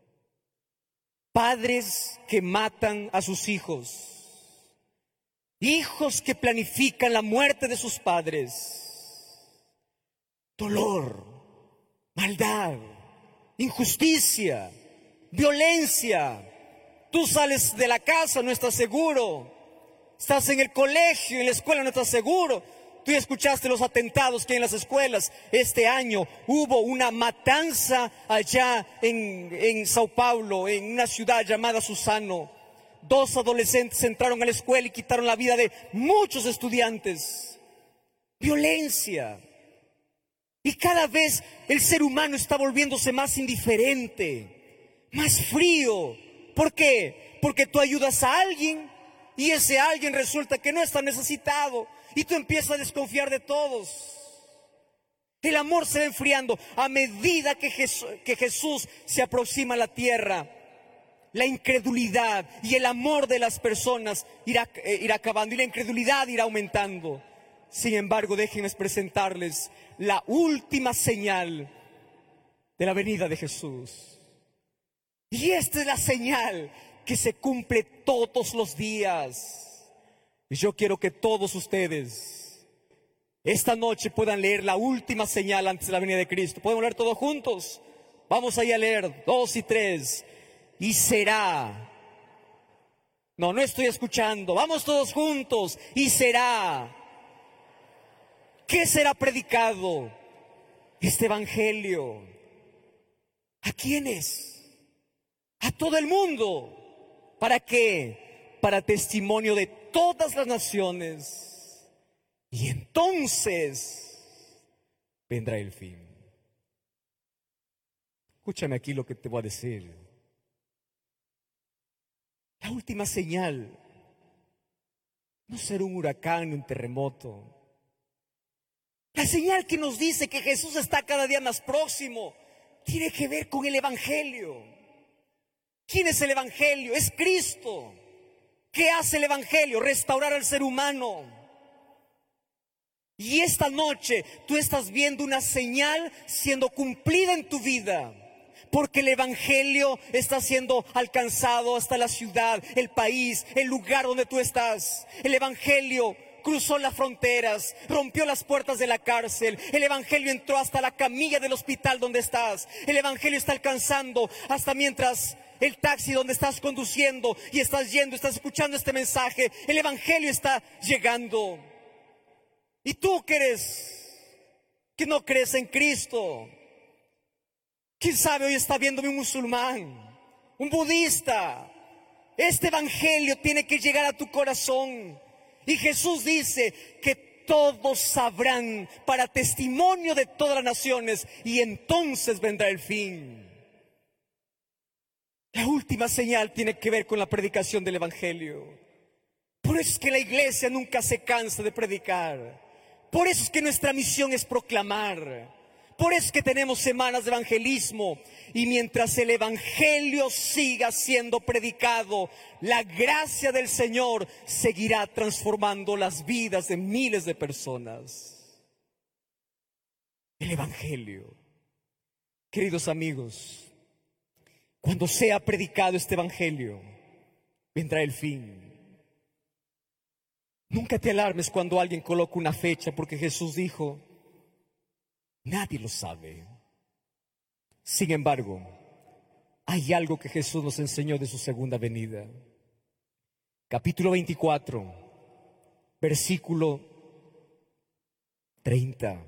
Padres que matan a sus hijos. Hijos que planifican la muerte de sus padres. Dolor, maldad, injusticia, violencia. Tú sales de la casa, no estás seguro. Estás en el colegio, en la escuela, no estás seguro. Tú ya escuchaste los atentados que hay en las escuelas. Este año hubo una matanza allá en, en Sao Paulo, en una ciudad llamada Suzano. Dos adolescentes entraron a la escuela y quitaron la vida de muchos estudiantes. Violencia. Y cada vez el ser humano está volviéndose más indiferente, más frío. ¿Por qué? Porque tú ayudas a alguien y ese alguien resulta que no está necesitado y tú empiezas a desconfiar de todos. El amor se va enfriando a medida que Jesús, que Jesús se aproxima a la tierra. La incredulidad y el amor de las personas irá, eh, irá acabando y la incredulidad irá aumentando. Sin embargo, déjenme presentarles la última señal de la venida de Jesús. Y esta es la señal que se cumple todos los días. Y yo quiero que todos ustedes esta noche puedan leer la última señal antes de la venida de Cristo. ¿Podemos leer todos juntos? Vamos ahí a leer, dos y tres. Y será. No, no estoy escuchando. Vamos todos juntos. Y será. ¿Qué será predicado? Este evangelio. ¿A quiénes? A todo el mundo. ¿Para qué? Para testimonio de todas las naciones. Y entonces vendrá el fin. Escúchame aquí lo que te voy a decir. La última señal no será un huracán ni un terremoto. La señal que nos dice que Jesús está cada día más próximo tiene que ver con el evangelio. ¿Quién es el evangelio? Es Cristo. ¿Qué hace el evangelio? Restaurar al ser humano. Y esta noche tú estás viendo una señal siendo cumplida en tu vida. Porque el evangelio está siendo alcanzado hasta la ciudad, el país, el lugar donde tú estás. El evangelio cruzó las fronteras, rompió las puertas de la cárcel. El evangelio entró hasta la camilla del hospital donde estás. El evangelio está alcanzando hasta mientras el taxi donde estás conduciendo y estás yendo, estás escuchando este mensaje. El evangelio está llegando. ¿Y tú que eres, que no crees en Cristo? ¿Quién sabe hoy está viéndome un musulmán, un budista? Este evangelio tiene que llegar a tu corazón. Y Jesús dice que todos sabrán para testimonio de todas las naciones y entonces vendrá el fin. La última señal tiene que ver con la predicación del evangelio. Por eso es que la iglesia nunca se cansa de predicar. Por eso es que nuestra misión es proclamar. Por eso es que tenemos semanas de evangelismo. Y mientras el evangelio siga siendo predicado, la gracia del Señor seguirá transformando las vidas de miles de personas. El evangelio. Queridos amigos, cuando sea predicado este evangelio, vendrá el fin. Nunca te alarmes cuando alguien coloca una fecha, porque Jesús dijo: nadie lo sabe. Sin embargo, hay algo que Jesús nos enseñó de su segunda venida. Capítulo veinticuatro, versículo treinta.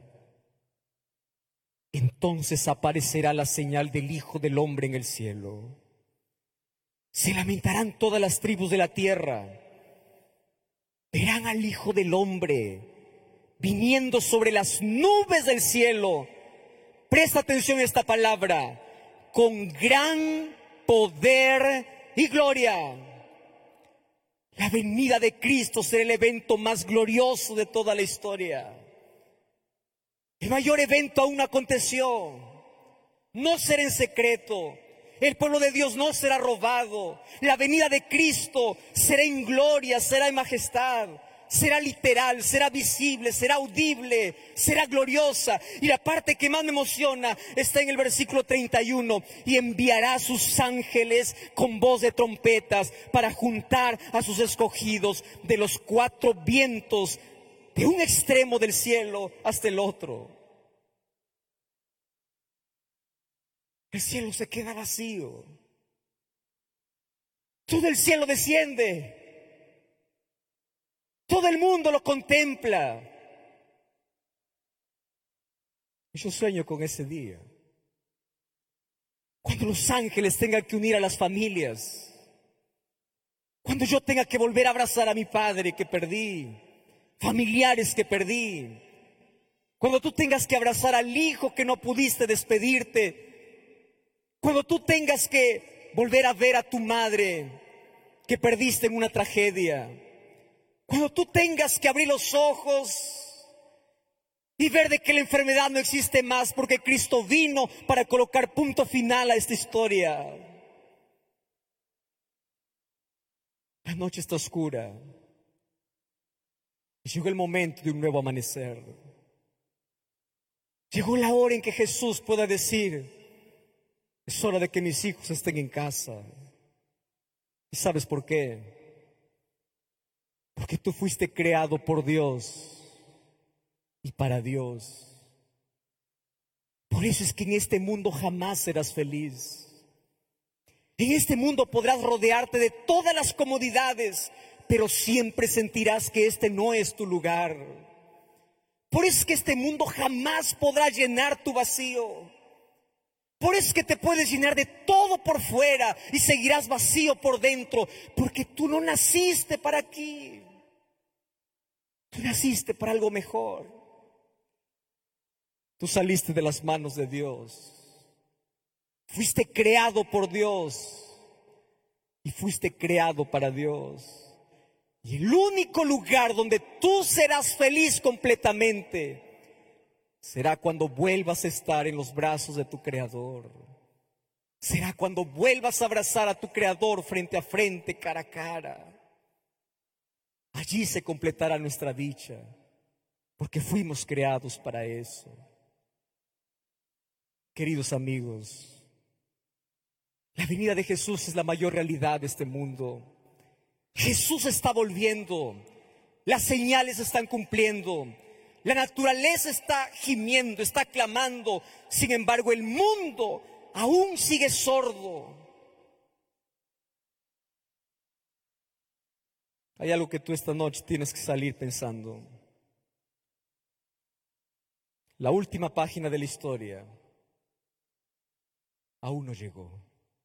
Entonces aparecerá la señal del Hijo del Hombre en el cielo. Se lamentarán todas las tribus de la tierra. Verán al Hijo del Hombre viniendo sobre las nubes del cielo. Presta atención a esta palabra: con gran poder y gloria. La venida de Cristo será el evento más glorioso de toda la historia. El mayor evento aún no aconteció. No será en secreto. El pueblo de Dios no será robado. La venida de Cristo será en gloria, será en majestad. Será literal, será visible, será audible, será gloriosa. Y la parte que más me emociona está en el versículo treinta y uno. Y enviará a sus ángeles con voz de trompetas para juntar a sus escogidos de los cuatro vientos, de un extremo del cielo hasta el otro. El cielo se queda vacío. Todo el cielo desciende. Todo el mundo lo contempla. Y yo sueño con ese día, cuando los ángeles tengan que unir a las familias, cuando yo tenga que volver a abrazar a mi padre que perdí, familiares que perdí, cuando tú tengas que abrazar al hijo que no pudiste despedirte, cuando tú tengas que volver a ver a tu madre que perdiste en una tragedia, cuando tú tengas que abrir los ojos y ver de que la enfermedad no existe más porque Cristo vino para colocar punto final a esta historia. La noche está oscura y llegó el momento de un nuevo amanecer. Llegó la hora en que Jesús pueda decir: es hora de que mis hijos estén en casa. ¿Y sabes por qué? Porque tú fuiste creado por Dios y para Dios. Por eso es que en este mundo jamás serás feliz. En este mundo podrás rodearte de todas las comodidades, pero siempre sentirás que este no es tu lugar. Por eso es que este mundo jamás podrá llenar tu vacío. Por eso es que te puedes llenar de todo por fuera y seguirás vacío por dentro, porque tú no naciste para aquí. Tú naciste para algo mejor. Tú saliste de las manos de Dios. Fuiste creado por Dios y fuiste creado para Dios. Y el único lugar donde tú serás feliz completamente será cuando vuelvas a estar en los brazos de tu Creador. Será cuando vuelvas a abrazar a tu Creador frente a frente, cara a cara. Allí se completará nuestra dicha, porque fuimos creados para eso. Queridos amigos, la venida de Jesús es la mayor realidad de este mundo. Jesús está volviendo. Las señales están cumpliendo. La naturaleza está gimiendo, está clamando. Sin embargo, el mundo aún sigue sordo. Hay algo que tú esta noche tienes que salir pensando. La última página de la historia aún no llegó.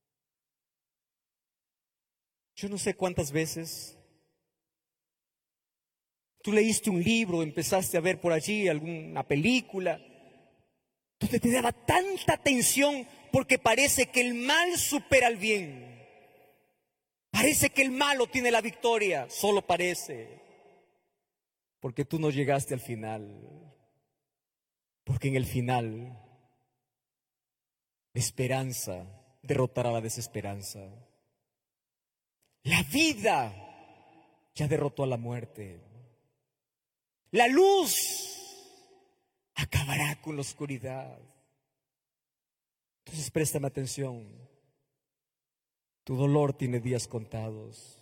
Yo no sé cuántas veces tú leíste un libro, empezaste a ver por allí alguna película, donde te daba tanta atención porque parece que el mal supera al bien. Parece que el malo tiene la victoria, solo parece, porque tú no llegaste al final. Porque en el final, la esperanza derrotará la desesperanza. La vida ya derrotó a la muerte. La luz acabará con la oscuridad. Entonces préstame atención. Tu dolor tiene días contados.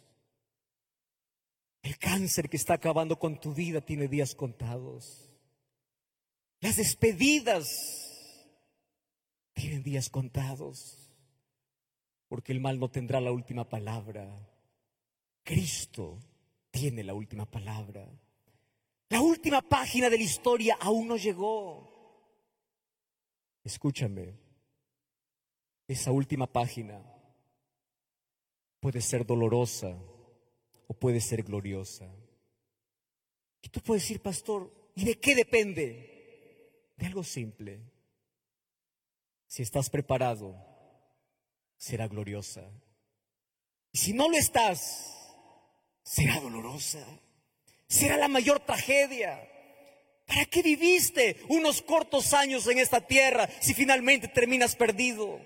El cáncer que está acabando con tu vida tiene días contados. Las despedidas tienen días contados. Porque el mal no tendrá la última palabra. Cristo tiene la última palabra. La última página de la historia aún no llegó. Escúchame. Esa última página puede ser dolorosa o puede ser gloriosa. Y tú puedes decir: pastor, ¿y de qué depende? De algo simple. Si estás preparado, será gloriosa. Y si no lo estás, será dolorosa. Será la mayor tragedia. ¿Para qué viviste unos cortos años en esta tierra si finalmente terminas perdido?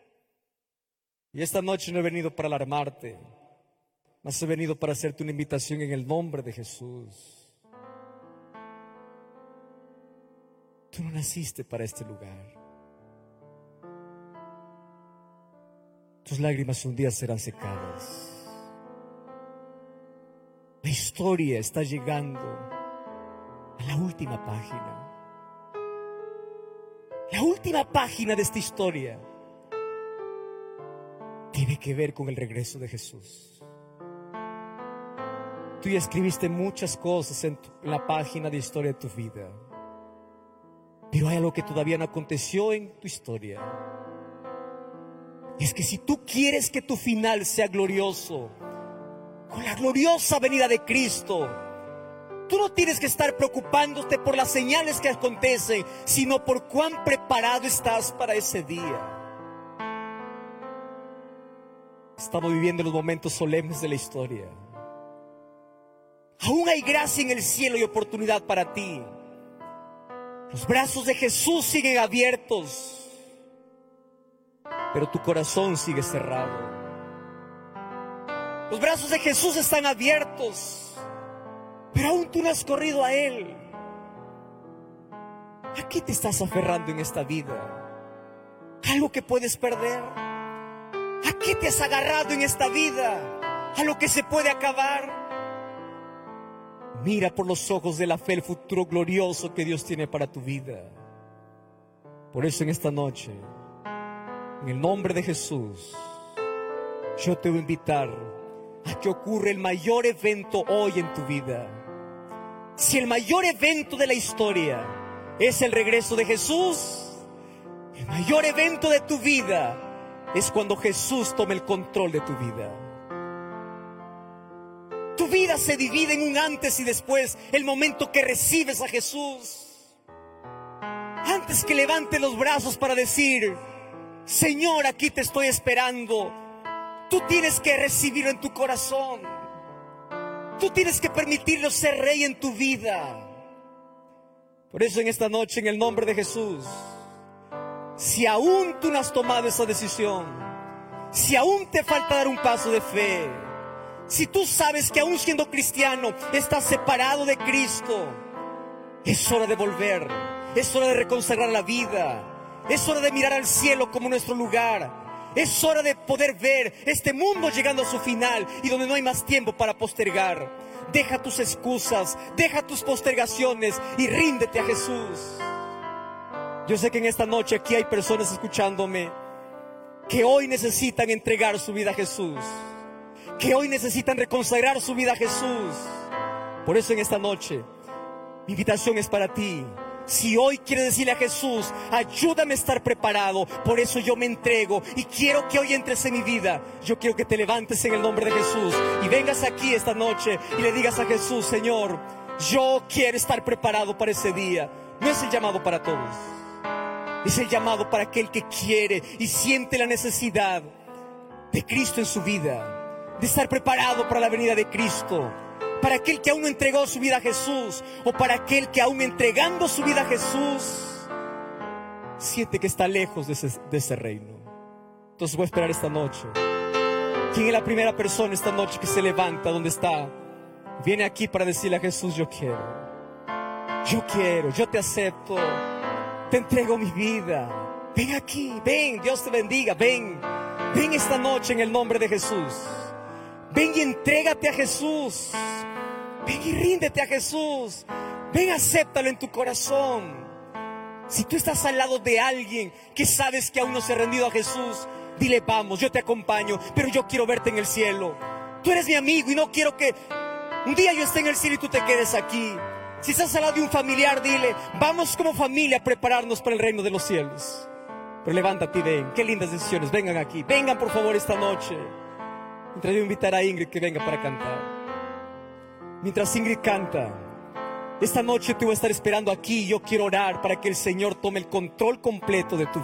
Y esta noche no he venido para alarmarte, mas he venido para hacerte una invitación en el nombre de Jesús. Tú no naciste para este lugar. Tus lágrimas un día serán secadas. La historia está llegando a la última página. La última página de esta historia tiene que ver con el regreso de Jesús. Tú ya escribiste muchas cosas en, tu, en la página de historia de tu vida, pero hay algo que todavía no aconteció en tu historia. Y es que si tú quieres que tu final sea glorioso, con la gloriosa venida de Cristo, tú no tienes que estar preocupándote por las señales que acontecen, sino por cuán preparado estás para ese día. Estamos viviendo los momentos solemnes de la historia. Aún hay gracia en el cielo y oportunidad para ti. Los brazos de Jesús siguen abiertos, pero tu corazón sigue cerrado. Los brazos de Jesús están abiertos, pero aún tú no has corrido a Él. ¿A qué te estás aferrando en esta vida? ¿Algo que puedes perder? ¿A qué te has agarrado en esta vida? ¿A lo que se puede acabar? Mira por los ojos de la fe el futuro glorioso que Dios tiene para tu vida. Por eso en esta noche, en el nombre de Jesús, yo te voy a invitar a que ocurra el mayor evento hoy en tu vida. Si el mayor evento de la historia es el regreso de Jesús, el mayor evento de tu vida es cuando Jesús tome el control de tu vida. Tu vida se divide en un antes y después, el momento que recibes a Jesús. Antes que levantes los brazos para decir: Señor, aquí te estoy esperando, tú tienes que recibirlo en tu corazón. Tú tienes que permitirlo ser rey en tu vida. Por eso en esta noche, en el nombre de Jesús, si aún tú no has tomado esa decisión, si aún te falta dar un paso de fe, si tú sabes que aún siendo cristiano estás separado de Cristo, es hora de volver, es hora de reconsagrar la vida, es hora de mirar al cielo como nuestro lugar, es hora de poder ver este mundo llegando a su final y donde no hay más tiempo para postergar. Deja tus excusas, deja tus postergaciones y ríndete a Jesús. Yo sé que en esta noche aquí hay personas escuchándome que hoy necesitan entregar su vida a Jesús, que hoy necesitan reconsagrar su vida a Jesús. Por eso en esta noche mi invitación es para ti. Si hoy quieres decirle a Jesús: ayúdame a estar preparado, por eso yo me entrego y quiero que hoy entres en mi vida, yo quiero que te levantes en el nombre de Jesús y vengas aquí esta noche y le digas a Jesús: Señor, yo quiero estar preparado para ese día. No es el llamado para todos, es el llamado para aquel que quiere y siente la necesidad de Cristo en su vida, de estar preparado para la venida de Cristo. Para aquel que aún no entregó su vida a Jesús, o para aquel que aún entregando su vida a Jesús siente que está lejos de ese, de ese reino. Entonces voy a esperar esta noche. ¿Quién es la primera persona esta noche que se levanta donde está? Viene aquí para decirle a Jesús: yo quiero, yo quiero, yo te acepto, te entrego mi vida. Ven aquí, ven, Dios te bendiga, ven, ven esta noche en el nombre de Jesús. Ven y entrégate a Jesús. Ven y ríndete a Jesús. Ven, acéptalo en tu corazón. Si tú estás al lado de alguien que sabes que aún no se ha rendido a Jesús, dile: vamos, yo te acompaño, pero yo quiero verte en el cielo. Tú eres mi amigo y no quiero que un día yo esté en el cielo y tú te quedes aquí. Si estás al lado de un familiar, dile: vamos como familia a prepararnos para el reino de los cielos. Pero levántate y ven. Qué lindas decisiones. Vengan aquí, vengan por favor esta noche. Mientras yo voy a invitar a Ingrid que venga para cantar. Mientras Ingrid canta, esta noche te voy a estar esperando aquí. Yo quiero orar para que el Señor tome el control completo de tu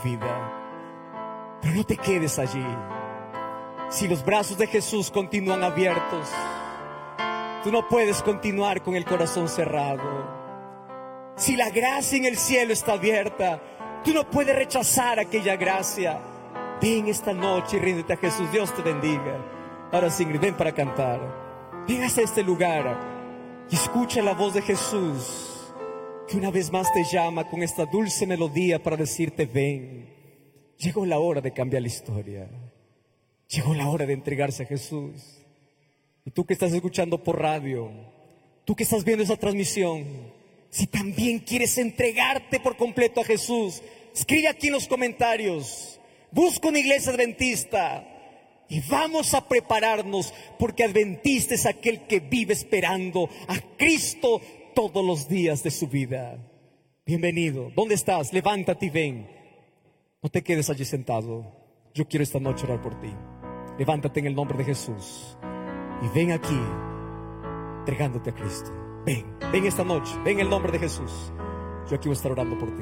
vida. Pero no te quedes allí. Si los brazos de Jesús continúan abiertos, tú no puedes continuar con el corazón cerrado. Si la gracia en el cielo está abierta, tú no puedes rechazar aquella gracia. Ven esta noche y ríndete a Jesús. Dios te bendiga. Ahora sí, Ingrid, ven para cantar. Ven hasta este lugar y escucha la voz de Jesús, que una vez más te llama con esta dulce melodía para decirte: ven. Llegó la hora de cambiar la historia. Llegó la hora de entregarse a Jesús. Y tú que estás escuchando por radio, tú que estás viendo esa transmisión, si también quieres entregarte por completo a Jesús, escribe aquí en los comentarios: busco una iglesia adventista. Y vamos a prepararnos, porque adventista es aquel que vive esperando a Cristo todos los días de su vida. Bienvenido. ¿Dónde estás? Levántate y ven. No te quedes allí sentado. Yo quiero esta noche orar por ti. Levántate en el nombre de Jesús y ven aquí entregándote a Cristo. Ven, ven esta noche, ven en el nombre de Jesús. Yo aquí voy a estar orando por ti.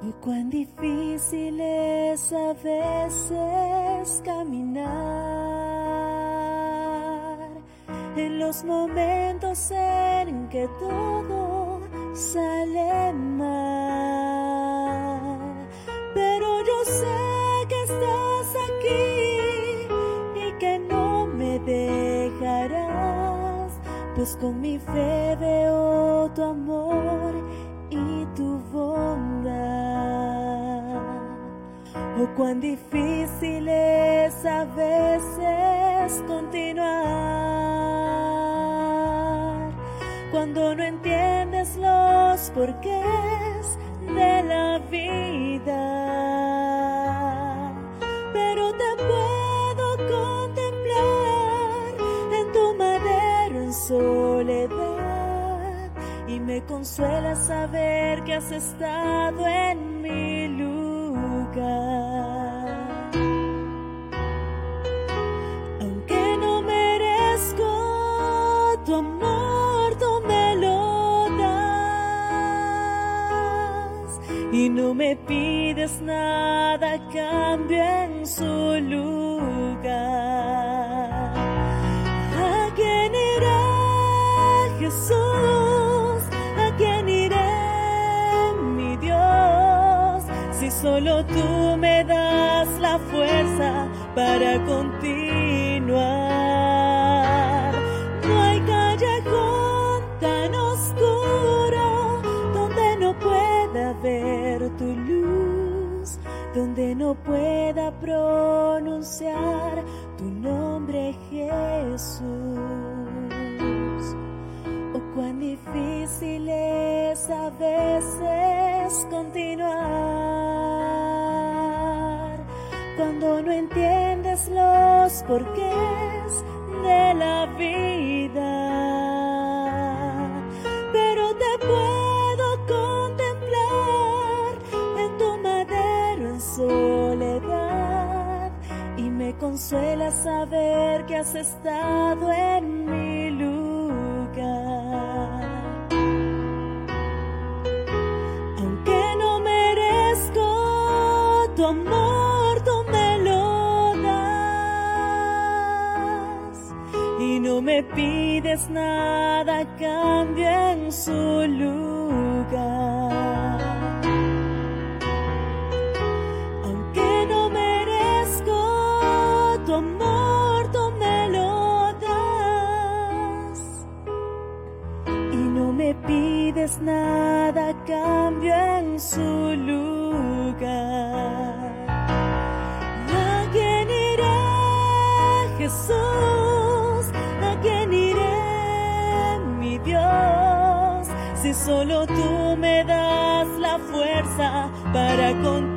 Oh, cuán difícil es a veces caminar en los momentos en que todo sale mal, pero yo sé que estás aquí y que no me dejarás, pues con mi fe veo tu amor y tu bondad. Oh, cuán difícil es a veces continuar cuando no entiendes los porqués de la vida, pero te puedo contemplar en tu madero en soledad, y me consuela saber que has estado en mi lugar. Aunque no merezco tu amor, tú me lo das, y no me pides nada a cambio en su lugar. ¿A quién iré, Jesús? ¿A quién iré, mi Dios? Si solo tú me das la fuerza para continuar. No hay callejón tan oscuro donde no pueda ver tu luz, donde no pueda pronunciar tu nombre, Jesús. Oh, cuán difícil es a veces continuar cuando no entiendes los porqués de la vida, pero te puedo contemplar en tu madero en soledad, y me consuela saber que has estado en mi lugar. Aunque no merezco tu amor, tú me lo das, y no me pides nada a cambio en su lugar. Aunque no merezco tu amor, tú me lo das, y no me pides nada a cambio en su lugar. ¿A quién iré, Jesús? ¿A quién iré, mi Dios? Si solo tú me das la fuerza para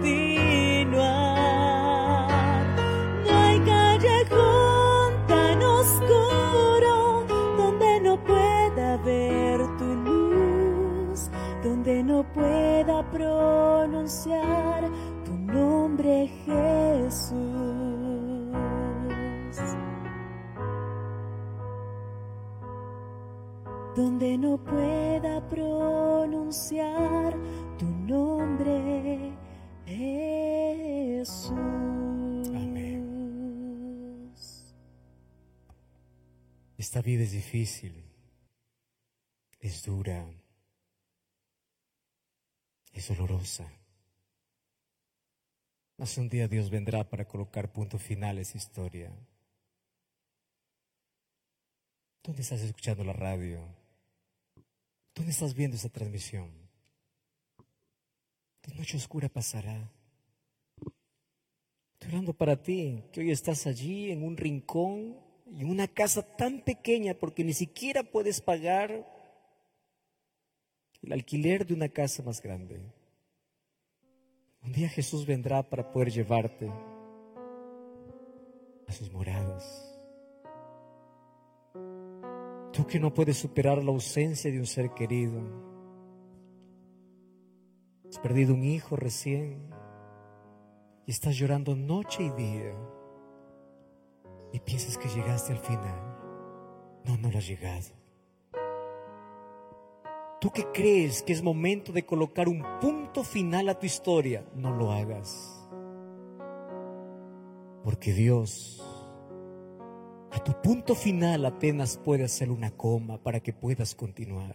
continuar. No hay callejón tan oscuro donde no pueda ver tu luz, donde no pueda pronunciar tu nombre, Jesús. Donde no pueda pronunciar tu nombre, Jesús. Amén. Esta vida es difícil, es dura, es dolorosa. Mas un día Dios vendrá para colocar punto final a esa historia. ¿Dónde estás escuchando la radio? ¿Dónde estás viendo esta transmisión? Tu noche oscura pasará. Estoy orando para ti, que hoy estás allí en un rincón, en una casa tan pequeña, porque ni siquiera puedes pagar el alquiler de una casa más grande. Un día Jesús vendrá para poder llevarte a sus moradas. Tú que no puedes superar la ausencia de un ser querido, has perdido un hijo recién y estás llorando noche y día y piensas que llegaste al final. No, no lo has llegado. Tú que crees que es momento de colocar un punto final a tu historia, no lo hagas. Porque Dios, a tu punto final apenas puede hacer una coma para que puedas continuar.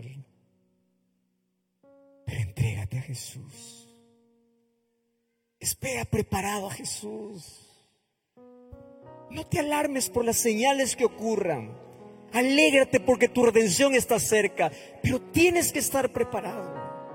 Pero entrégate a Jesús. Espera preparado a Jesús. No te alarmes por las señales que ocurran. Alégrate porque tu redención está cerca, pero tienes que estar preparado.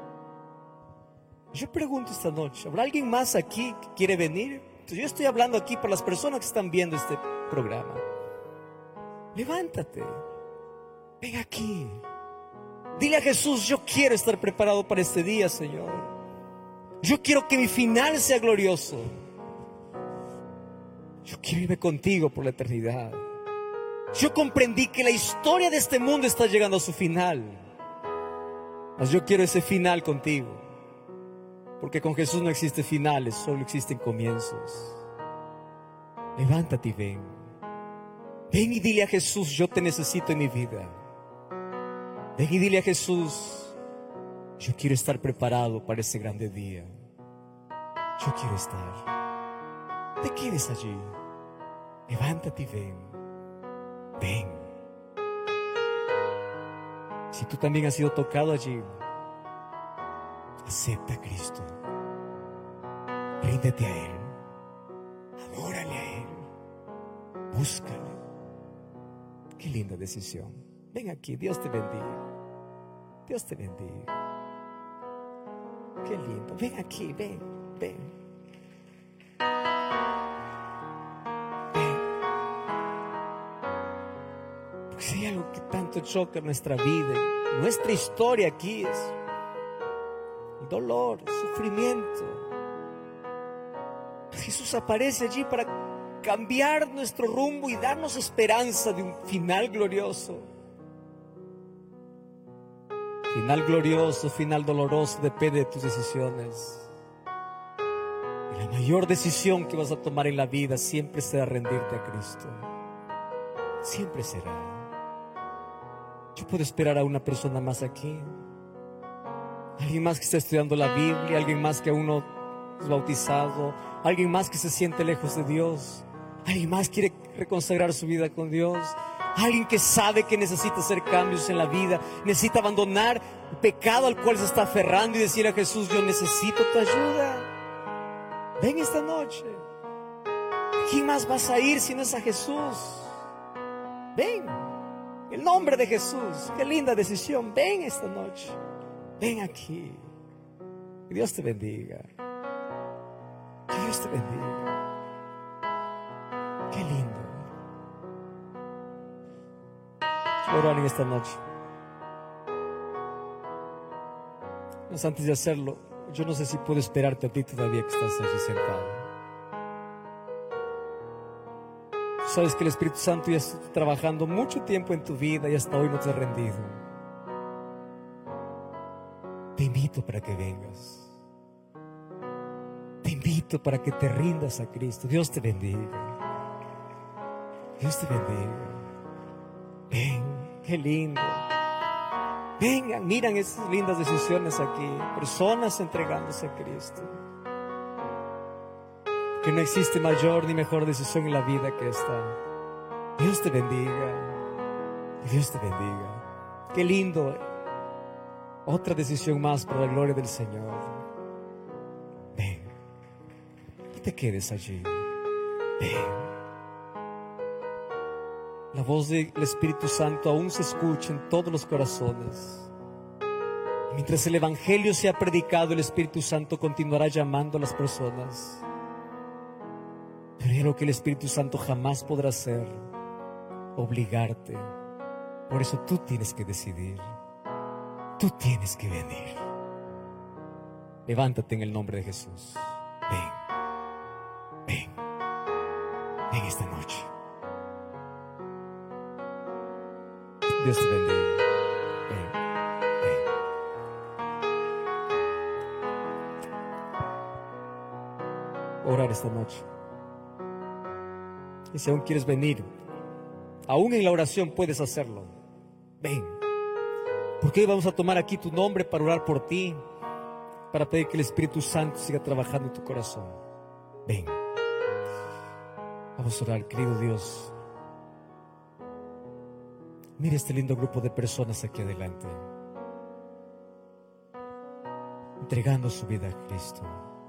Yo pregunto esta noche, ¿habrá alguien más aquí que quiere venir? Entonces, yo estoy hablando aquí para las personas que están viendo este programa. Levántate, ven aquí. Dile a Jesús: yo quiero estar preparado para este día, Señor. Yo quiero que mi final sea glorioso. Yo quiero irme contigo por la eternidad. Yo comprendí que la historia de este mundo está llegando a su final, mas yo quiero ese final contigo, porque con Jesús no existen finales, solo existen comienzos. Levántate y ven. Ven y dile a Jesús: yo te necesito en mi vida. Ven y dile a Jesús: yo quiero estar preparado para ese grande día. Yo quiero estar. ¿Te quedes allí? Levántate y ven. Ven. Si tú también has sido tocado allí, acepta a Cristo. Ríndete a Él. Adórale a Él. Búscale. Qué linda decisión. Ven aquí, Dios te bendiga. Dios te bendiga. Qué lindo. Ven aquí, ven, ven. Si hay algo que tanto choca en nuestra vida, nuestra historia aquí, es el dolor, el sufrimiento. Jesús aparece allí para cambiar nuestro rumbo y darnos esperanza de un final glorioso. Final glorioso, final doloroso, depende de tus decisiones. Y la mayor decisión que vas a tomar en la vida siempre será rendirte a Cristo. Siempre será. Yo puedo esperar a una persona más aquí, alguien más que está estudiando la Biblia, alguien más que aún no es bautizado, alguien más que se siente lejos de Dios, alguien más quiere reconsagrar su vida con Dios, alguien que sabe que necesita hacer cambios en la vida, necesita abandonar el pecado al cual se está aferrando y decir a Jesús: yo necesito tu ayuda. Ven esta noche. ¿A quién más vas a ir si no es a Jesús? Ven. El nombre de Jesús. Qué linda decisión. Ven esta noche. Ven aquí. Que Dios te bendiga. Que Dios te bendiga. Qué lindo. Quiero orar en esta noche. Mas antes de hacerlo, yo no sé si puedo esperarte a ti todavía que estás allí sentado. Sabes que el Espíritu Santo ya está trabajando mucho tiempo en tu vida y hasta hoy no te has rendido. Te invito para que vengas. Te invito para que te rindas a Cristo. Dios te bendiga. Dios te bendiga. Ven, qué lindo. Vengan, miran esas lindas decisiones aquí. Personas entregándose a Cristo. Que no existe mayor ni mejor decisión en la vida que esta. Dios te bendiga. Dios te bendiga. Qué lindo. Otra decisión más por la gloria del Señor. Ven. No te quedes allí. Ven. La voz del Espíritu Santo aún se escucha en todos los corazones. Mientras el Evangelio sea predicado, el Espíritu Santo continuará llamando a las personas. Pero es lo que el Espíritu Santo jamás podrá hacer: obligarte. Por eso tú tienes que decidir. Tú tienes que venir. Levántate en el nombre de Jesús. Ven. Ven. Ven esta noche. Dios te bendiga. Ven. Ven. Orar esta noche. Y si aún quieres venir, aún en la oración puedes hacerlo. Ven. Porque hoy vamos a tomar aquí tu nombre para orar por ti, para pedir que el Espíritu Santo siga trabajando en tu corazón. Ven, vamos a orar, querido Dios. Mira este lindo grupo de personas aquí adelante, entregando su vida a Cristo,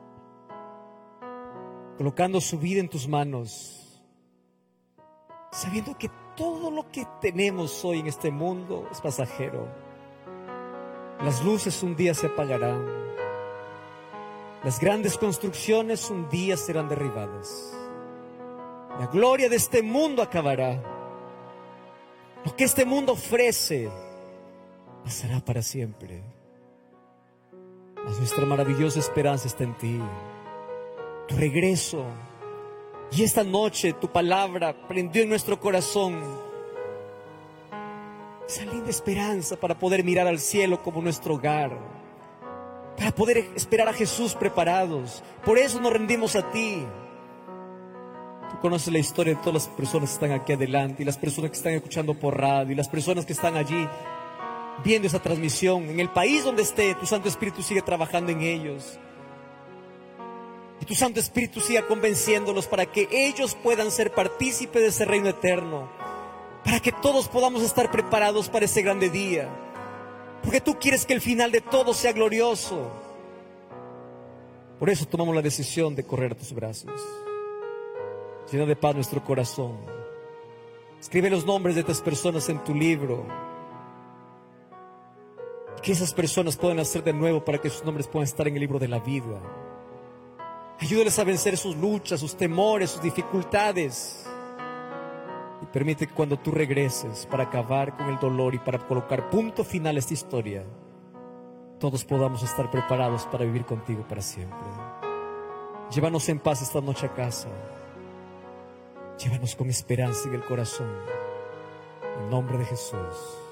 colocando su vida en tus manos, sabiendo que todo lo que tenemos hoy en este mundo es pasajero. Las luces un día se apagarán, las grandes construcciones un día serán derribadas, la gloria de este mundo acabará. Lo que este mundo ofrece pasará para siempre. Mas nuestra maravillosa esperanza está en ti, tu regreso. Y esta noche tu palabra prendió en nuestro corazón esa linda esperanza para poder mirar al cielo como nuestro hogar, para poder esperar a Jesús preparados. Por eso nos rendimos a ti. Tú conoces la historia de todas las personas que están aquí adelante, y las personas que están escuchando por radio, y las personas que están allí viendo esa transmisión. En el país donde esté, tu Santo Espíritu sigue trabajando en ellos, y tu Santo Espíritu siga convenciéndolos para que ellos puedan ser partícipes de ese reino eterno, para que todos podamos estar preparados para ese grande día, porque tú quieres que el final de todo sea glorioso. Por eso tomamos la decisión de correr a tus brazos. Llena de paz nuestro corazón. Escribe los nombres de estas personas en tu libro, y que esas personas puedan nacer de nuevo para que sus nombres puedan estar en el libro de la vida. Ayúdales a vencer sus luchas, sus temores, sus dificultades, y permite que cuando tú regreses para acabar con el dolor y para colocar punto final a esta historia, todos podamos estar preparados para vivir contigo para siempre. Llévanos en paz esta noche a casa. Llévanos con esperanza en el corazón. En nombre de Jesús.